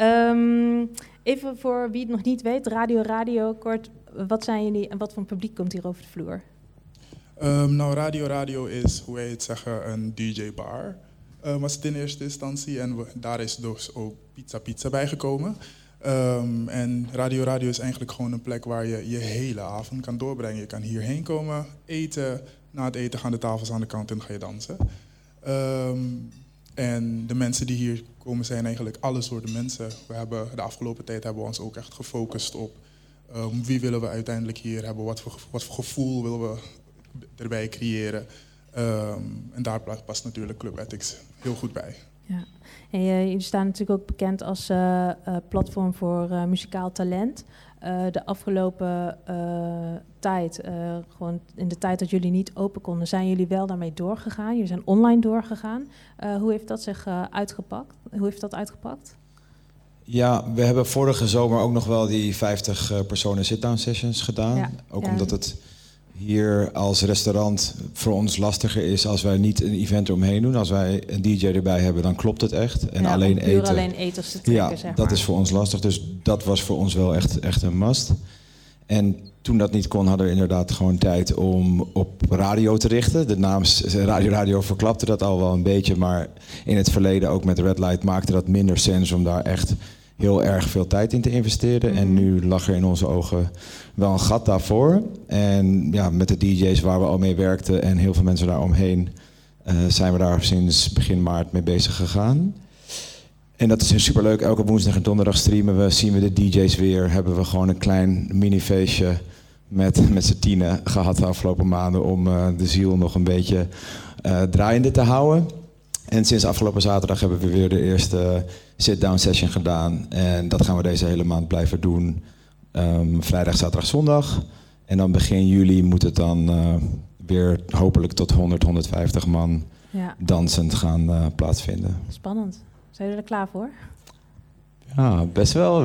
Even voor wie het nog niet weet, Radio, kort. Wat zijn jullie en wat voor publiek komt hier over de vloer? Nou, Radio is, hoe wij het zeggen, een DJ-bar. Was het in eerste instantie. En daar is dus ook Pizza bijgekomen. En Radio is eigenlijk gewoon een plek waar je je hele avond kan doorbrengen. Je kan hierheen komen, eten. Na het eten gaan de tafels aan de kant en ga je dansen. En de mensen die hier komen zijn eigenlijk alle soorten mensen. De afgelopen tijd hebben we ons ook echt gefocust op wie willen we uiteindelijk hier hebben. Wat voor gevoel willen we erbij creëren. En daar past natuurlijk Club Ethics heel goed bij. Ja. En jullie staan natuurlijk ook bekend als platform voor muzikaal talent. De afgelopen tijd, gewoon in de tijd dat jullie niet open konden, zijn jullie wel daarmee doorgegaan. Jullie zijn online doorgegaan. Hoe heeft dat zich uitgepakt? Hoe heeft dat uitgepakt? Ja, we hebben vorige zomer ook nog wel die 50 personen sit-down sessions gedaan. Ja. Ook omdat het hier als restaurant voor ons lastiger is als wij niet een event eromheen doen. Als wij een DJ erbij hebben, dan klopt het echt. En alleen eten. Alleen eters te trekken, zeg maar. Dat is voor ons lastig. Dus dat was voor ons wel echt een must. En toen dat niet kon, hadden we inderdaad gewoon tijd om op radio te richten. De naam Radio verklapte dat al wel een beetje. Maar in het verleden, ook met Red Light, maakte dat minder sens om daar echt heel erg veel tijd in te investeren. En nu lag er in onze ogen wel een gat daarvoor. En ja, met de DJ's waar we al mee werkten en heel veel mensen daaromheen, zijn we daar sinds begin maart mee bezig gegaan. En dat is superleuk. Elke woensdag en donderdag streamen we, zien we de DJ's weer. Hebben we gewoon een klein minifeestje met z'n tienen gehad de afgelopen maanden om de ziel nog een beetje draaiende te houden. En sinds afgelopen zaterdag hebben we weer de eerste sit-down session gedaan. En dat gaan we deze hele maand blijven doen. Vrijdag, zaterdag, zondag. En dan begin juli moet het dan weer hopelijk tot 150 man dansend gaan plaatsvinden. Spannend. Zijn jullie er klaar voor? Ja, best wel.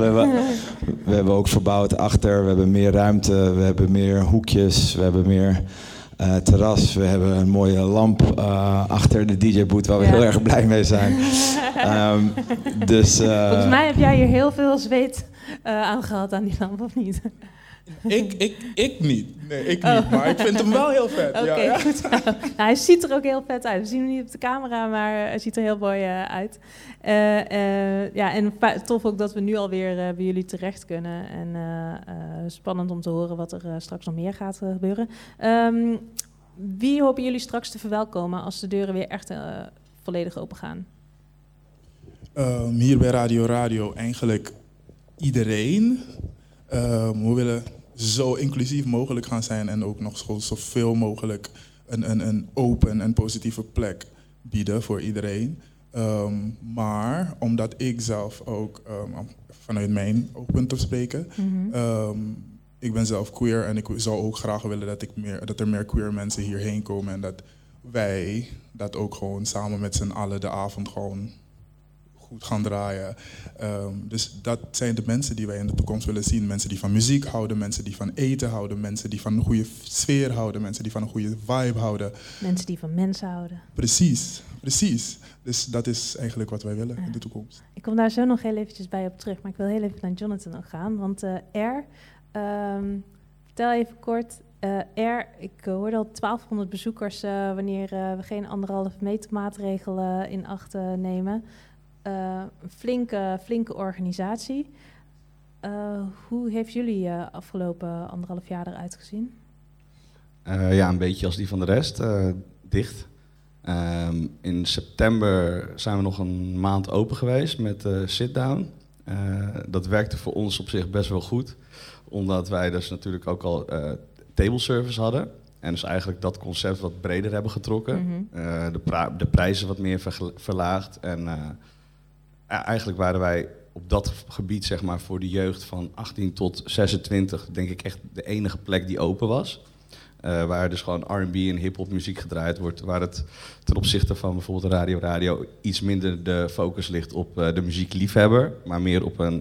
We hebben ook verbouwd achter. We hebben meer ruimte. We hebben meer hoekjes. We hebben meer terras. We hebben een mooie lamp achter de DJ-boot waar we heel erg blij mee zijn. Volgens mij heb jij hier heel veel zweet aan gehad aan die lamp, of niet? Ik niet. Nee, ik niet. Maar ik vind hem wel heel vet. Oké, goed. Nou, hij ziet er ook heel vet uit. We zien hem niet op de camera, maar hij ziet er heel mooi uit. En tof ook dat we nu alweer bij jullie terecht kunnen. En spannend om te horen wat er straks nog meer gaat gebeuren. Wie hopen jullie straks te verwelkomen als de deuren weer echt volledig open gaan? Hier bij Radio eigenlijk iedereen. We willen zo inclusief mogelijk gaan zijn en ook nog zoveel mogelijk een open en positieve plek bieden voor iedereen. Maar omdat ik zelf ook vanuit mijn oogpunt te spreken, ik ben zelf queer en ik zou ook graag willen dat er meer queer mensen hierheen komen en dat wij dat ook gewoon samen met z'n allen de avond gewoon goed gaan draaien. Dus dat zijn de mensen die wij in de toekomst willen zien. Mensen die van muziek houden, mensen die van eten houden, mensen die van een goede sfeer houden, mensen die van een goede vibe houden. Mensen die van mensen houden. Precies. Dus dat is eigenlijk wat wij willen in de toekomst. Ik kom daar zo nog heel eventjes bij op terug, maar ik wil heel even naar Jonathan nog gaan. Want vertel even kort. Ik hoorde al 1200 bezoekers wanneer we geen 1,5 meter maatregel in acht nemen. Een flinke organisatie. Hoe heeft jullie afgelopen 1,5 jaar eruit gezien? Een beetje als die van de rest. Dicht. In september zijn we nog een maand open geweest met sit-down. Dat werkte voor ons op zich best wel goed. Omdat wij dus natuurlijk ook al table service hadden. En dus eigenlijk dat concept wat breder hebben getrokken. De prijzen wat meer verlaagd. En eigenlijk waren wij op dat gebied, zeg maar, voor de jeugd van 18 tot 26, denk ik echt de enige plek die open was. Waar dus gewoon R&B en hip-hop muziek gedraaid wordt. Waar het ten opzichte van bijvoorbeeld Radio iets minder de focus ligt op de muziekliefhebber. Maar meer op een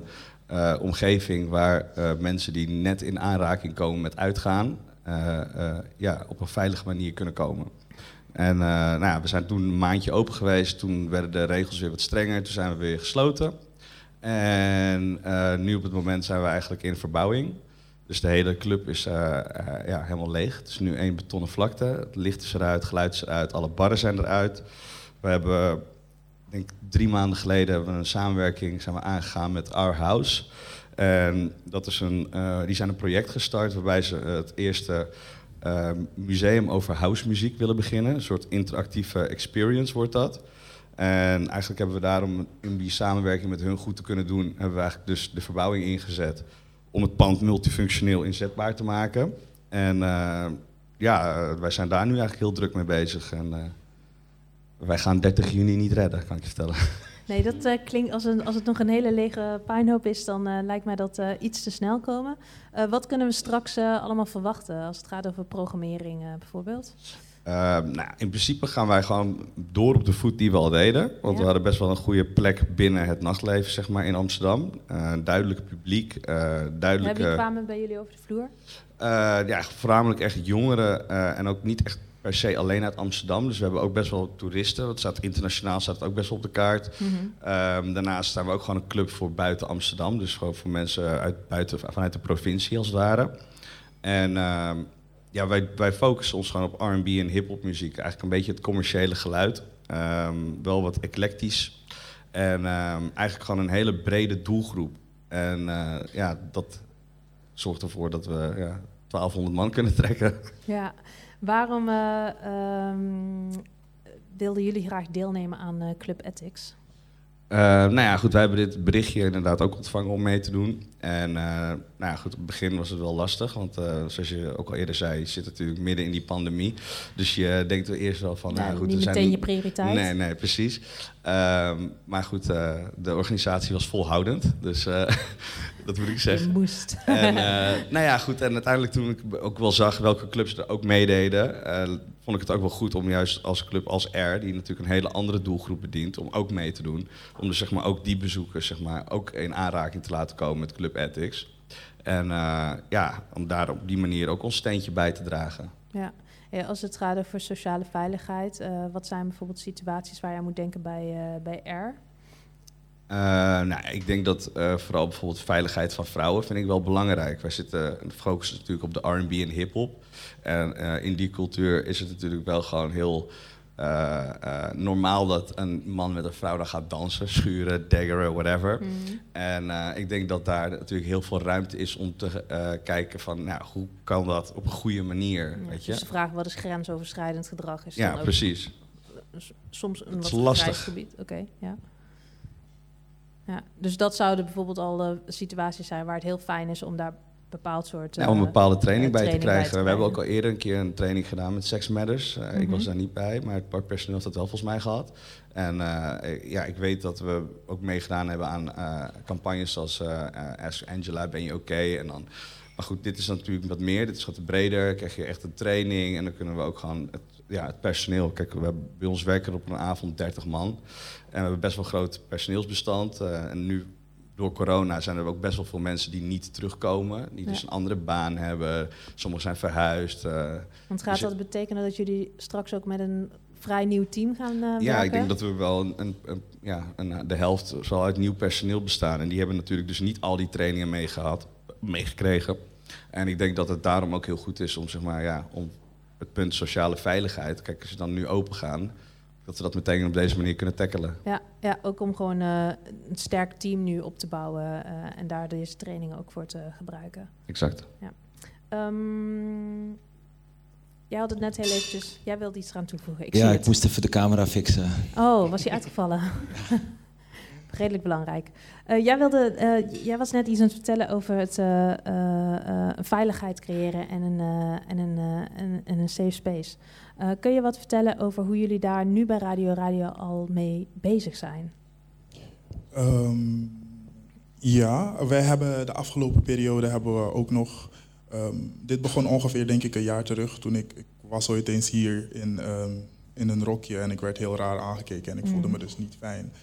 omgeving waar mensen die net in aanraking komen met uitgaan, op een veilige manier kunnen komen. En we zijn toen een maandje open geweest, toen werden de regels weer wat strenger, toen zijn we weer gesloten. En nu op het moment zijn we eigenlijk in verbouwing. Dus de hele club is helemaal leeg. Het is nu 1 betonnen vlakte, het licht is eruit, het geluid is eruit, alle barren zijn eruit. We hebben, ik denk 3 maanden geleden, hebben we een samenwerking zijn we aangegaan met Our House. En dat is die zijn een project gestart waarbij ze het eerste museum over housemuziek willen beginnen. Een soort interactieve experience wordt dat. En eigenlijk hebben we daarom in die samenwerking met hun goed te kunnen doen, hebben we eigenlijk dus de verbouwing ingezet om het pand multifunctioneel inzetbaar te maken. En wij zijn daar nu eigenlijk heel druk mee bezig. En wij gaan 30 juni niet redden, kan ik je vertellen. Nee, dat klinkt als het nog een hele lege puinhoop is, dan lijkt mij dat iets te snel komen. Wat kunnen we straks allemaal verwachten als het gaat over programmering bijvoorbeeld? In principe gaan wij gewoon door op de voet die we al deden. Want we hadden best wel een goede plek binnen het nachtleven, zeg maar, in Amsterdam. Duidelijk publiek, duidelijke... Wie kwamen bij jullie over de vloer? Voornamelijk echt jongeren en ook niet echt per se alleen uit Amsterdam. Dus we hebben ook best wel toeristen. Het staat internationaal staat het ook best wel op de kaart. Mm-hmm. Daarnaast staan we ook gewoon een club voor buiten Amsterdam. Dus gewoon voor mensen vanuit de provincie als het ware. En wij focussen ons gewoon op R&B en hip-hop muziek. Eigenlijk een beetje het commerciële geluid. Wel wat eclectisch. En eigenlijk gewoon een hele brede doelgroep. En dat zorgt ervoor dat we 1200 man kunnen trekken. Ja. Waarom wilden jullie graag deelnemen aan Club Ethics? Wij hebben dit berichtje inderdaad ook ontvangen om mee te doen. En op het begin was het wel lastig, want zoals je ook al eerder zei, je zit natuurlijk midden in die pandemie. Dus je denkt er eerst wel van, niet meteen je prioriteit. Nee, precies. Maar goed, de organisatie was volhoudend, dus dat moet ik zeggen. Je moest. En en uiteindelijk toen ik ook wel zag welke clubs er ook meededen, vond ik het ook wel goed om juist als club als R, die natuurlijk een hele andere doelgroep bedient, om ook mee te doen. Om dus zeg maar ook die bezoekers zeg maar ook in aanraking te laten komen met Club Ethics. En om daar op die manier ook ons steentje bij te dragen. Ja, als het gaat over sociale veiligheid, wat zijn bijvoorbeeld situaties waar je aan moet denken bij R? Ik denk dat vooral bijvoorbeeld veiligheid van vrouwen vind ik wel belangrijk. Wij focussen natuurlijk op de R&B en hip-hop. En in die cultuur is het natuurlijk wel gewoon heel normaal dat een man met een vrouw dan gaat dansen, schuren, daggeren, whatever. Mm. En ik denk dat daar natuurlijk heel veel ruimte is om te kijken van, hoe kan dat op een goede manier, weet je? Dus de vraag, wat is grensoverschrijdend gedrag? Is ja, dan precies. Soms een wat lastig gebied. Oké, ja. Ja, dus dat zouden bijvoorbeeld al situaties zijn waar het heel fijn is om daar bepaald soort... om een bepaalde training bij te krijgen. We hebben ook al eerder een keer een training gedaan met Sex Matters. Ik was daar niet bij, maar het personeel heeft dat wel volgens mij gehad. En ik weet dat we ook meegedaan hebben aan campagnes zoals Ask Angela, ben je oké? En dan... Maar goed, dit is natuurlijk wat meer, dit is wat breder. Dan krijg je echt een training en dan kunnen we ook gewoon het personeel. Kijk, bij ons werken op een avond 30 man. En we hebben best wel groot personeelsbestand. En nu door corona zijn er ook best wel veel mensen die niet terugkomen. Die dus een andere baan hebben. Sommigen zijn verhuisd. Want gaat dat betekenen dat jullie straks ook met een vrij nieuw team gaan werken? Ja, ik denk dat we wel de helft zal uit nieuw personeel bestaan. En die hebben natuurlijk dus niet al die trainingen meegekregen. En ik denk dat het daarom ook heel goed is om, om het punt sociale veiligheid, kijk, als je dan nu open gaan, dat we dat meteen op deze manier kunnen tackelen. Ja, ook om gewoon een sterk team nu op te bouwen en daar deze trainingen ook voor te gebruiken. Exact. Ja. Jij had het net heel eventjes, jij wilde iets eraan toevoegen. Ik moest even de camera fixen. Oh, was hij uitgevallen? Redelijk belangrijk. Jij was net iets aan het vertellen over het veiligheid creëren en een safe space. Kun je wat vertellen over hoe jullie daar nu bij Radio al mee bezig zijn? Wij hebben de afgelopen periode ook nog... dit begon ongeveer denk ik een jaar terug. Toen ik was ooit eens hier in een rokje en ik werd heel raar aangekeken en ik voelde me dus niet fijn.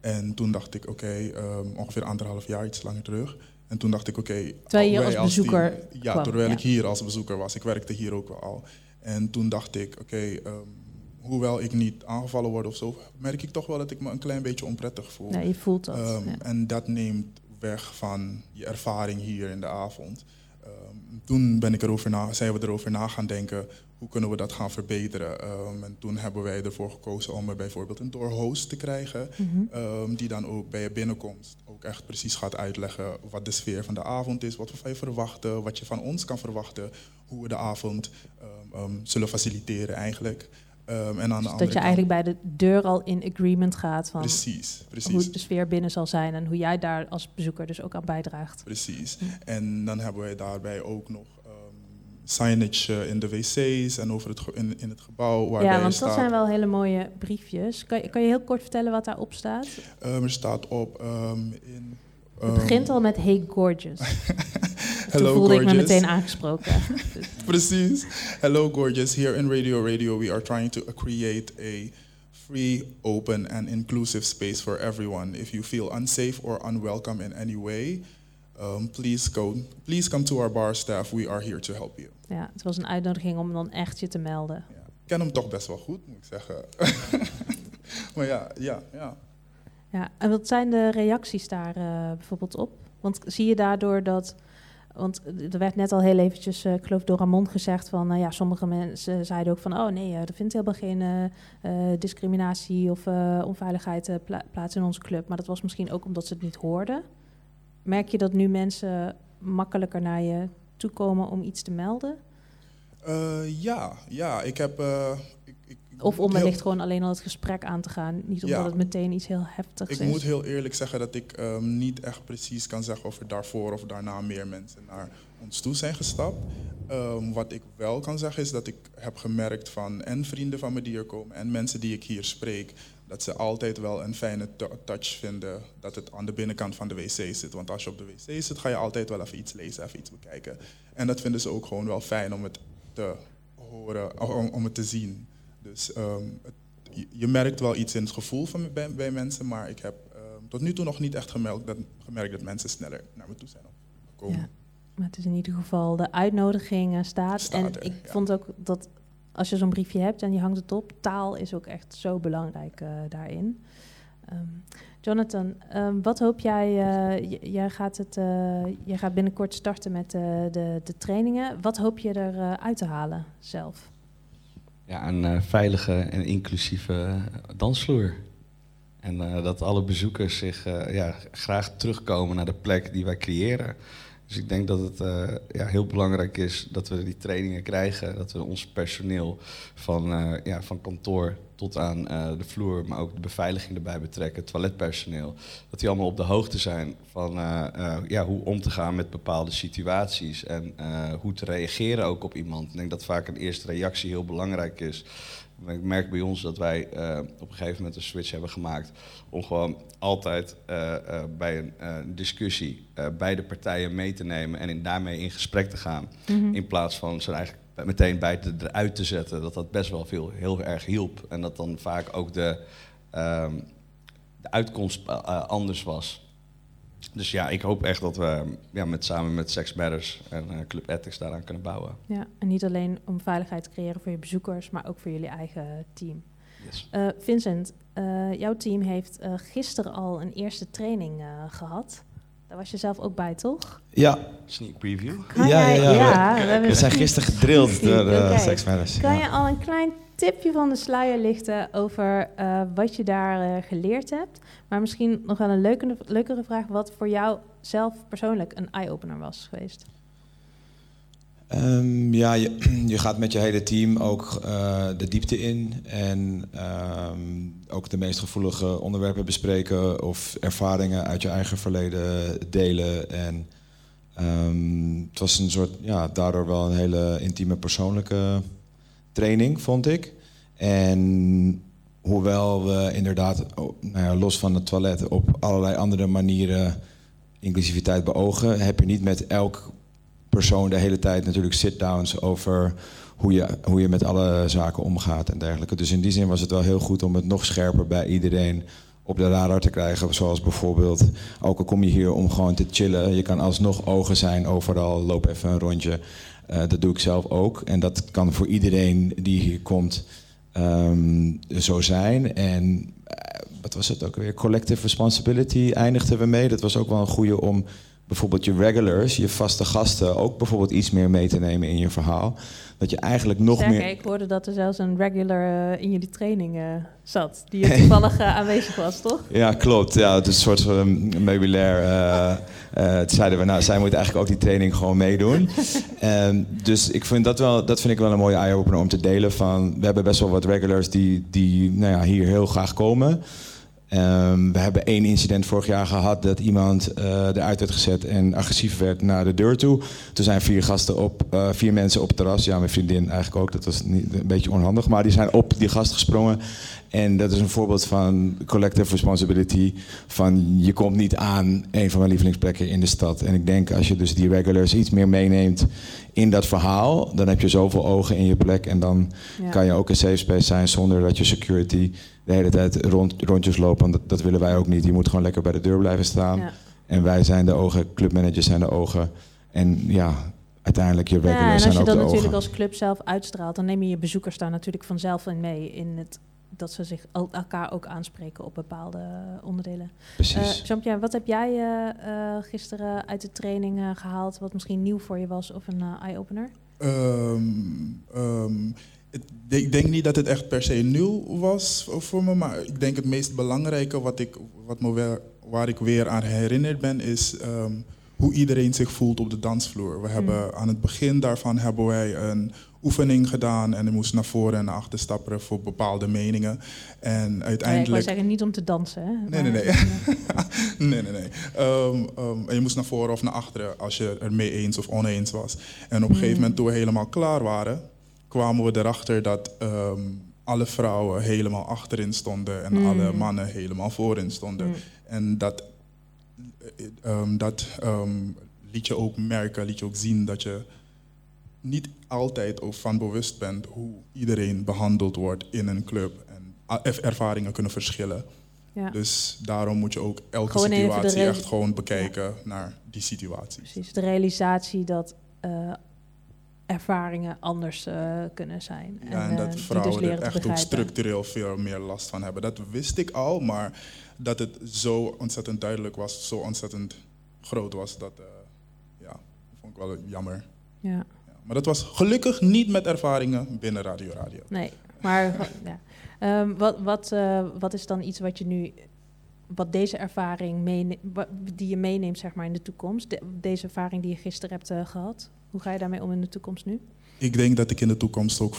En toen dacht ik, ongeveer 1,5 jaar, iets langer terug. En toen dacht ik, terwijl je als bezoeker kwam, terwijl ik hier als bezoeker was. Ik werkte hier ook wel al. En toen dacht ik, hoewel ik niet aangevallen word of zo, merk ik toch wel dat ik me een klein beetje onprettig voel. Nee, je voelt dat. En dat neemt weg van je ervaring hier in de avond. Toen zijn we erover na gaan denken, hoe kunnen we dat gaan verbeteren? En toen hebben wij ervoor gekozen om er bijvoorbeeld een doorhost te krijgen, die dan ook bij je binnenkomst ook echt precies gaat uitleggen wat de sfeer van de avond is, wat we van je verwachten, wat je van ons kan verwachten, hoe we de avond zullen faciliteren eigenlijk. En aan de dat je eigenlijk bij de deur al in agreement gaat van precies. hoe de sfeer binnen zal zijn en hoe jij daar als bezoeker dus ook aan bijdraagt. Precies. En dan hebben wij daarbij ook nog signage in de wc's en over in het gebouw waarbij want staat, dat zijn wel hele mooie briefjes. Kan je heel kort vertellen wat daarop staat? Er staat op het begint al met Hey Gorgeous. Hello, toen voelde gorgeous. ik me meteen aangesproken. Precies. Hello Gorgeous. Here in Radio, we are trying to create a free, open and inclusive space for everyone. If you feel unsafe or unwelcome in any way, please come to our bar staff. We are here to help you. Ja, het was een uitnodiging om dan echt je te melden. Ja. Ik ken hem toch best wel goed, moet ik zeggen. Maar ja. Ja, en wat zijn de reacties daar bijvoorbeeld op? Want zie je daardoor dat... Want er werd net al heel eventjes, ik geloof door Ramon gezegd van... sommige mensen zeiden ook van... dat vindt helemaal geen discriminatie of onveiligheid plaats in onze club. Maar dat was misschien ook omdat ze het niet hoorden. Merk je dat nu mensen makkelijker naar je toe komen om iets te melden? Ja. Ik heb... Of om wellicht gewoon alleen al het gesprek aan te gaan. Niet omdat het meteen iets heel heftigs is. Ik moet heel eerlijk zeggen dat ik niet echt precies kan zeggen of er daarvoor of daarna meer mensen naar ons toe zijn gestapt. Wat ik wel kan zeggen is dat ik heb gemerkt van en vrienden van me die er komen en mensen die ik hier spreek, dat ze altijd wel een fijne touch vinden dat het aan de binnenkant van de wc zit. Want als je op de wc zit, ga je altijd wel even iets lezen, even iets bekijken. En dat vinden ze ook gewoon wel fijn om het te horen, om het te zien. Dus je merkt wel iets in het gevoel bij mensen, maar ik heb tot nu toe nog niet echt gemerkt dat mensen sneller naar me toe zijn gekomen. Ja, maar het is in ieder geval de uitnodiging staat en ik vond ook dat als je zo'n briefje hebt en je hangt het op, taal is ook echt zo belangrijk daarin. Jonathan, wat hoop jij? Jij gaat binnenkort starten met de trainingen. Wat hoop je eruit te halen zelf? Ja, een veilige en inclusieve dansvloer. En dat alle bezoekers zich graag terugkomen naar de plek die wij creëren. Dus ik denk dat het heel belangrijk is dat we die trainingen krijgen. Dat we ons personeel van kantoor tot aan de vloer, maar ook de beveiliging erbij betrekken, toiletpersoneel. Dat die allemaal op de hoogte zijn van hoe om te gaan met bepaalde situaties. En hoe te reageren ook op iemand. Ik denk dat vaak een eerste reactie heel belangrijk is. Ik merk bij ons dat wij op een gegeven moment een switch hebben gemaakt om gewoon altijd bij een discussie beide partijen mee te nemen en daarmee in gesprek te gaan. Mm-hmm. In plaats van ze eigenlijk meteen eruit te zetten, dat best wel heel erg hielp. En dat dan vaak ook de uitkomst anders was. Dus ja, ik hoop echt dat we samen met Sex Matters en Club Ethics daaraan kunnen bouwen. Ja, en niet alleen om veiligheid te creëren voor je bezoekers, maar ook voor jullie eigen team. Yes. Vincent, jouw team heeft gisteren al een eerste training gehad. Daar was je zelf ook bij, toch? Ja. Sneak preview? We zijn gisteren gedrild door Sex Matters. Kan je al een klein tipje van de sluier lichten over wat je daar geleerd hebt? Maar misschien nog wel een leukere vraag, wat voor jou zelf persoonlijk een eye-opener was geweest? Je gaat met je hele team ook de diepte in en ook de meest gevoelige onderwerpen bespreken of ervaringen uit je eigen verleden delen. En het was een soort, daardoor wel een hele intieme persoonlijke training, vond ik. En hoewel we inderdaad, los van het toilet, op allerlei andere manieren inclusiviteit beogen, heb je niet met elk persoon de hele tijd natuurlijk sit-downs over hoe je met alle zaken omgaat en dergelijke. Dus in die zin was het wel heel goed om het nog scherper bij iedereen op de radar te krijgen. Zoals bijvoorbeeld, ook al kom je hier om gewoon te chillen. Je kan alsnog ogen zijn overal, loop even een rondje. Dat doe ik zelf ook. En dat kan voor iedereen die hier komt zo zijn. En wat was het ook weer? Collective responsibility eindigden we mee. Dat was ook wel een goede om bijvoorbeeld je regulars, je vaste gasten, ook bijvoorbeeld iets meer mee te nemen in je verhaal. Dat je eigenlijk nog meer... Ik hoorde dat er zelfs een regular in jullie training zat, die er toevallig aanwezig was, toch? Ja, klopt. Ja, het is een soort van meubilair. Zeiden we, nou, zij moet eigenlijk ook die training gewoon meedoen. Dus ik vind dat vind ik wel een mooie eye-opener om te delen. Van, we hebben best wel wat regulars die nou ja, hier heel graag komen. We hebben 1 incident vorig jaar gehad dat iemand eruit werd gezet en agressief werd naar de deur toe. Toen zijn 4 mensen op het terras, ja, mijn vriendin eigenlijk ook, dat was een beetje onhandig, maar die zijn op die gast gesprongen. En dat is een voorbeeld van collective responsibility, van je komt niet aan een van mijn lievelingsplekken in de stad. En ik denk als je dus die regulars iets meer meeneemt in dat verhaal, dan heb je zoveel ogen in je plek en dan kan je ook een safe space zijn zonder dat je security de hele tijd rondjes lopen. Want dat willen wij ook niet. Je moet gewoon lekker bij de deur blijven staan. Ja. En wij zijn de ogen, clubmanagers zijn de ogen. En ja, uiteindelijk je regulars zijn ook de ogen. En als je dat natuurlijk als club zelf uitstraalt, dan neem je je bezoekers daar natuurlijk vanzelf in mee. In het, dat ze zich elkaar ook aanspreken op bepaalde onderdelen. Precies. Jean-Pierre, wat heb jij gisteren uit de training gehaald, wat misschien nieuw voor je was of een eye-opener? Ik denk niet dat het echt per se nieuw was voor me, maar ik denk het meest belangrijke waar ik weer aan herinnerd ben, is hoe iedereen zich voelt op de dansvloer. We hebben aan het begin daarvan hebben wij een oefening gedaan en je moest naar voren en naar achter stappen voor bepaalde meningen. En uiteindelijk... ik wou zeggen, niet om te dansen, hè? Nee. Nee. En je moest naar voren of naar achteren als je er mee eens of oneens was. En op een gegeven moment, toen we helemaal klaar waren, kwamen we erachter dat alle vrouwen helemaal achterin stonden en alle mannen helemaal voorin stonden. En dat liet je ook merken, liet je ook zien dat je niet altijd ook van bewust bent hoe iedereen behandeld wordt in een club. En ervaringen kunnen verschillen. Ja. Dus daarom moet je ook elke situatie echt gewoon bekijken naar die situaties. Precies, de realisatie dat ervaringen anders kunnen zijn. Ja, en dat vrouwen dus er echt ook structureel veel meer last van hebben. Dat wist ik al, maar dat het zo ontzettend duidelijk was, zo ontzettend groot was, dat vond ik wel jammer. Ja. Maar dat was gelukkig niet met ervaringen binnen Radio. Nee, maar wat is dan iets wat je nu, wat deze ervaring die je meeneemt, zeg maar, in de toekomst? Deze ervaring die je gisteren hebt gehad, hoe ga je daarmee om in de toekomst nu? Ik denk dat ik in de toekomst ook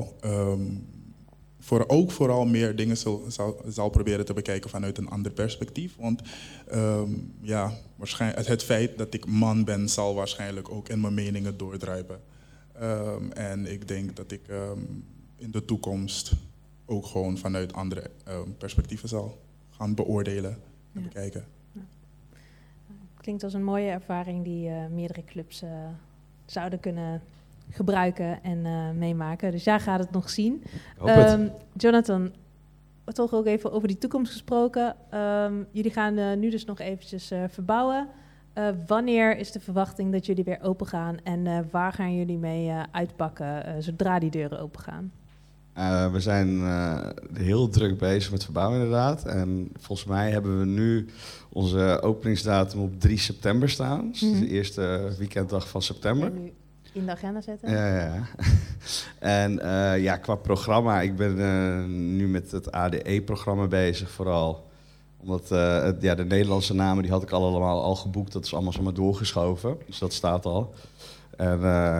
vooral meer dingen zal proberen te bekijken vanuit een ander perspectief. Want waarschijnlijk het feit dat ik man ben zal waarschijnlijk ook in mijn meningen doordruipen. En ik denk dat ik in de toekomst ook gewoon vanuit andere perspectieven zal gaan beoordelen en bekijken. Ja. Klinkt als een mooie ervaring die meerdere clubs zouden kunnen gebruiken en meemaken. Dus jij gaat het nog zien. Jonathan, toch ook even over die toekomst gesproken. Jullie gaan nu dus nog eventjes verbouwen. Wanneer is de verwachting dat jullie weer open gaan en waar gaan jullie mee uitpakken zodra die deuren open gaan? We zijn heel druk bezig met verbouwen inderdaad. En volgens mij hebben we nu onze openingsdatum op 3 september staan. Dus de eerste weekenddag van september. En nu in de agenda zetten? Ja. En qua programma, ik ben nu met het ADE-programma bezig vooral. Omdat de Nederlandse namen die had ik allemaal al geboekt. Dat is allemaal zomaar doorgeschoven. Dus dat staat al. En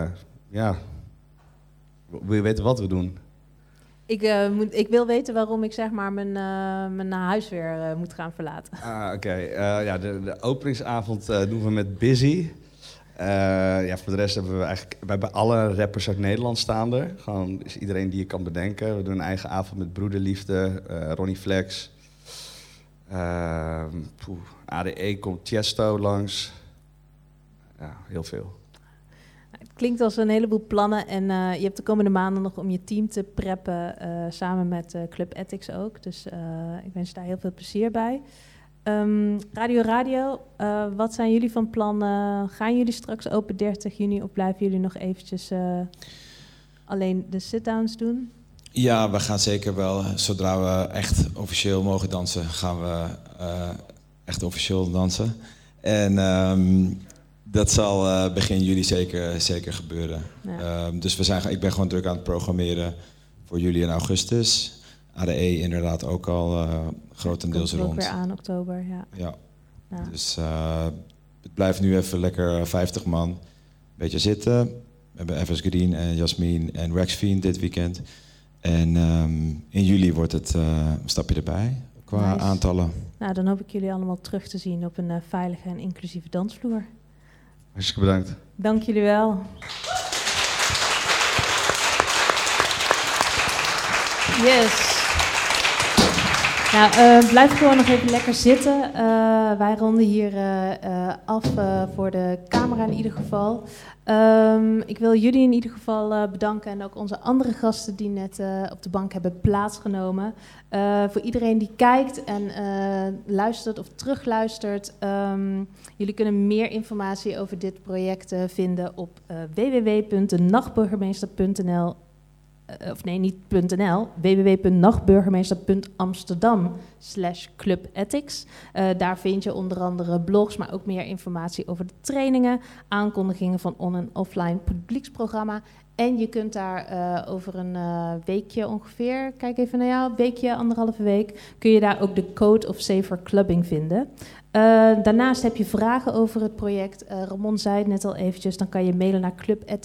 wil je weten wat we doen? Ik wil weten waarom ik zeg maar mijn huis weer moet gaan verlaten. Oké. De openingsavond doen we met Busy. Voor de rest hebben we hebben alle rappers uit Nederland staan er. Gewoon is iedereen die je kan bedenken. We doen een eigen avond met Broederliefde, Ronnie Flex. ADE komt Tiesto langs. Ja, heel veel. Het Klinkt als een heleboel plannen en je hebt de komende maanden nog om je team te preppen, samen met Club Ethics ook. Dus ik wens je daar heel veel plezier bij. Radio, wat zijn jullie van plan? Gaan jullie straks open 30 juni of blijven jullie nog eventjes alleen de sit-downs doen? Ja, we gaan zeker wel. Zodra we echt officieel mogen dansen, gaan we echt officieel dansen. En dat zal begin juli zeker gebeuren. Ja. Dus ik ben gewoon druk aan het programmeren voor juli en augustus. ADE inderdaad ook al grotendeels rond. Ook weer aan oktober, ja. Dus het blijft nu even lekker 50 man. Beetje zitten. We hebben FS Green en Jasmin en Rexfiend dit weekend. En in juli wordt het een stapje erbij qua aantallen. Nou, dan hoop ik jullie allemaal terug te zien op een veilige en inclusieve dansvloer. Hartstikke bedankt. Dank jullie wel. Yes. Nou, blijf gewoon nog even lekker zitten. Wij ronden hier af voor de camera in ieder geval. Ik wil jullie in ieder geval bedanken en ook onze andere gasten die net op de bank hebben plaatsgenomen. Voor iedereen die kijkt en luistert of terugluistert. Jullie kunnen meer informatie over dit project vinden op www.nachtburgemeester.nl. Of nee, niet .nl, www.nachtburgemeester.amsterdam/Club Ethics. Daar vind je onder andere blogs, maar ook meer informatie over de trainingen, aankondigingen van on- en offline publieksprogramma. En je kunt daar over een weekje ongeveer, kijk even naar jou, weekje, 1,5 week, kun je daar ook de Code of Safer Clubbing vinden. Daarnaast heb je vragen over het project. Ramon zei het net al eventjes, dan kan je mailen naar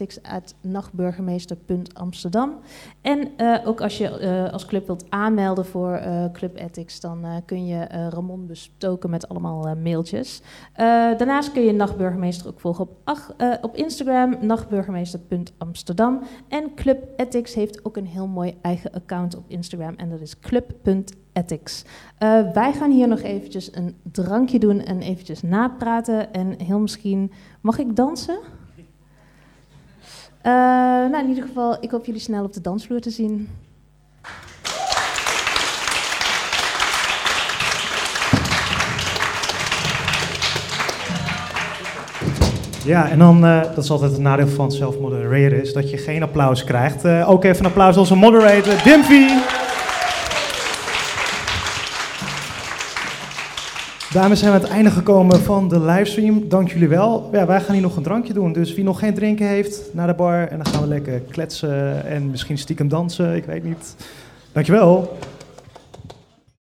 clubethics@nachtburgemeester.amsterdam. En ook als je als club wilt aanmelden voor Club Ethics, dan kun je Ramon bestoken met allemaal mailtjes. Daarnaast kun je Nachtburgemeester ook volgen op Instagram, nachtburgemeester.amsterdam. En Club Ethics heeft ook een heel mooi eigen account op Instagram en dat is club.ethics. Wij gaan hier nog eventjes een drankje doen en eventjes napraten. En heel misschien, mag ik dansen? Nou, in ieder geval, ik hoop jullie snel op de dansvloer te zien. Ja, en dan, dat is altijd het nadeel van zelf modereren, is dat je geen applaus krijgt. Ook even een applaus aan onze moderator, Dimfy. Daarmee zijn we aan het einde gekomen van de livestream. Dank jullie wel. Ja, wij gaan hier nog een drankje doen. Dus wie nog geen drinken heeft, naar de bar. En dan gaan we lekker kletsen en misschien stiekem dansen. Ik weet niet. Dankjewel.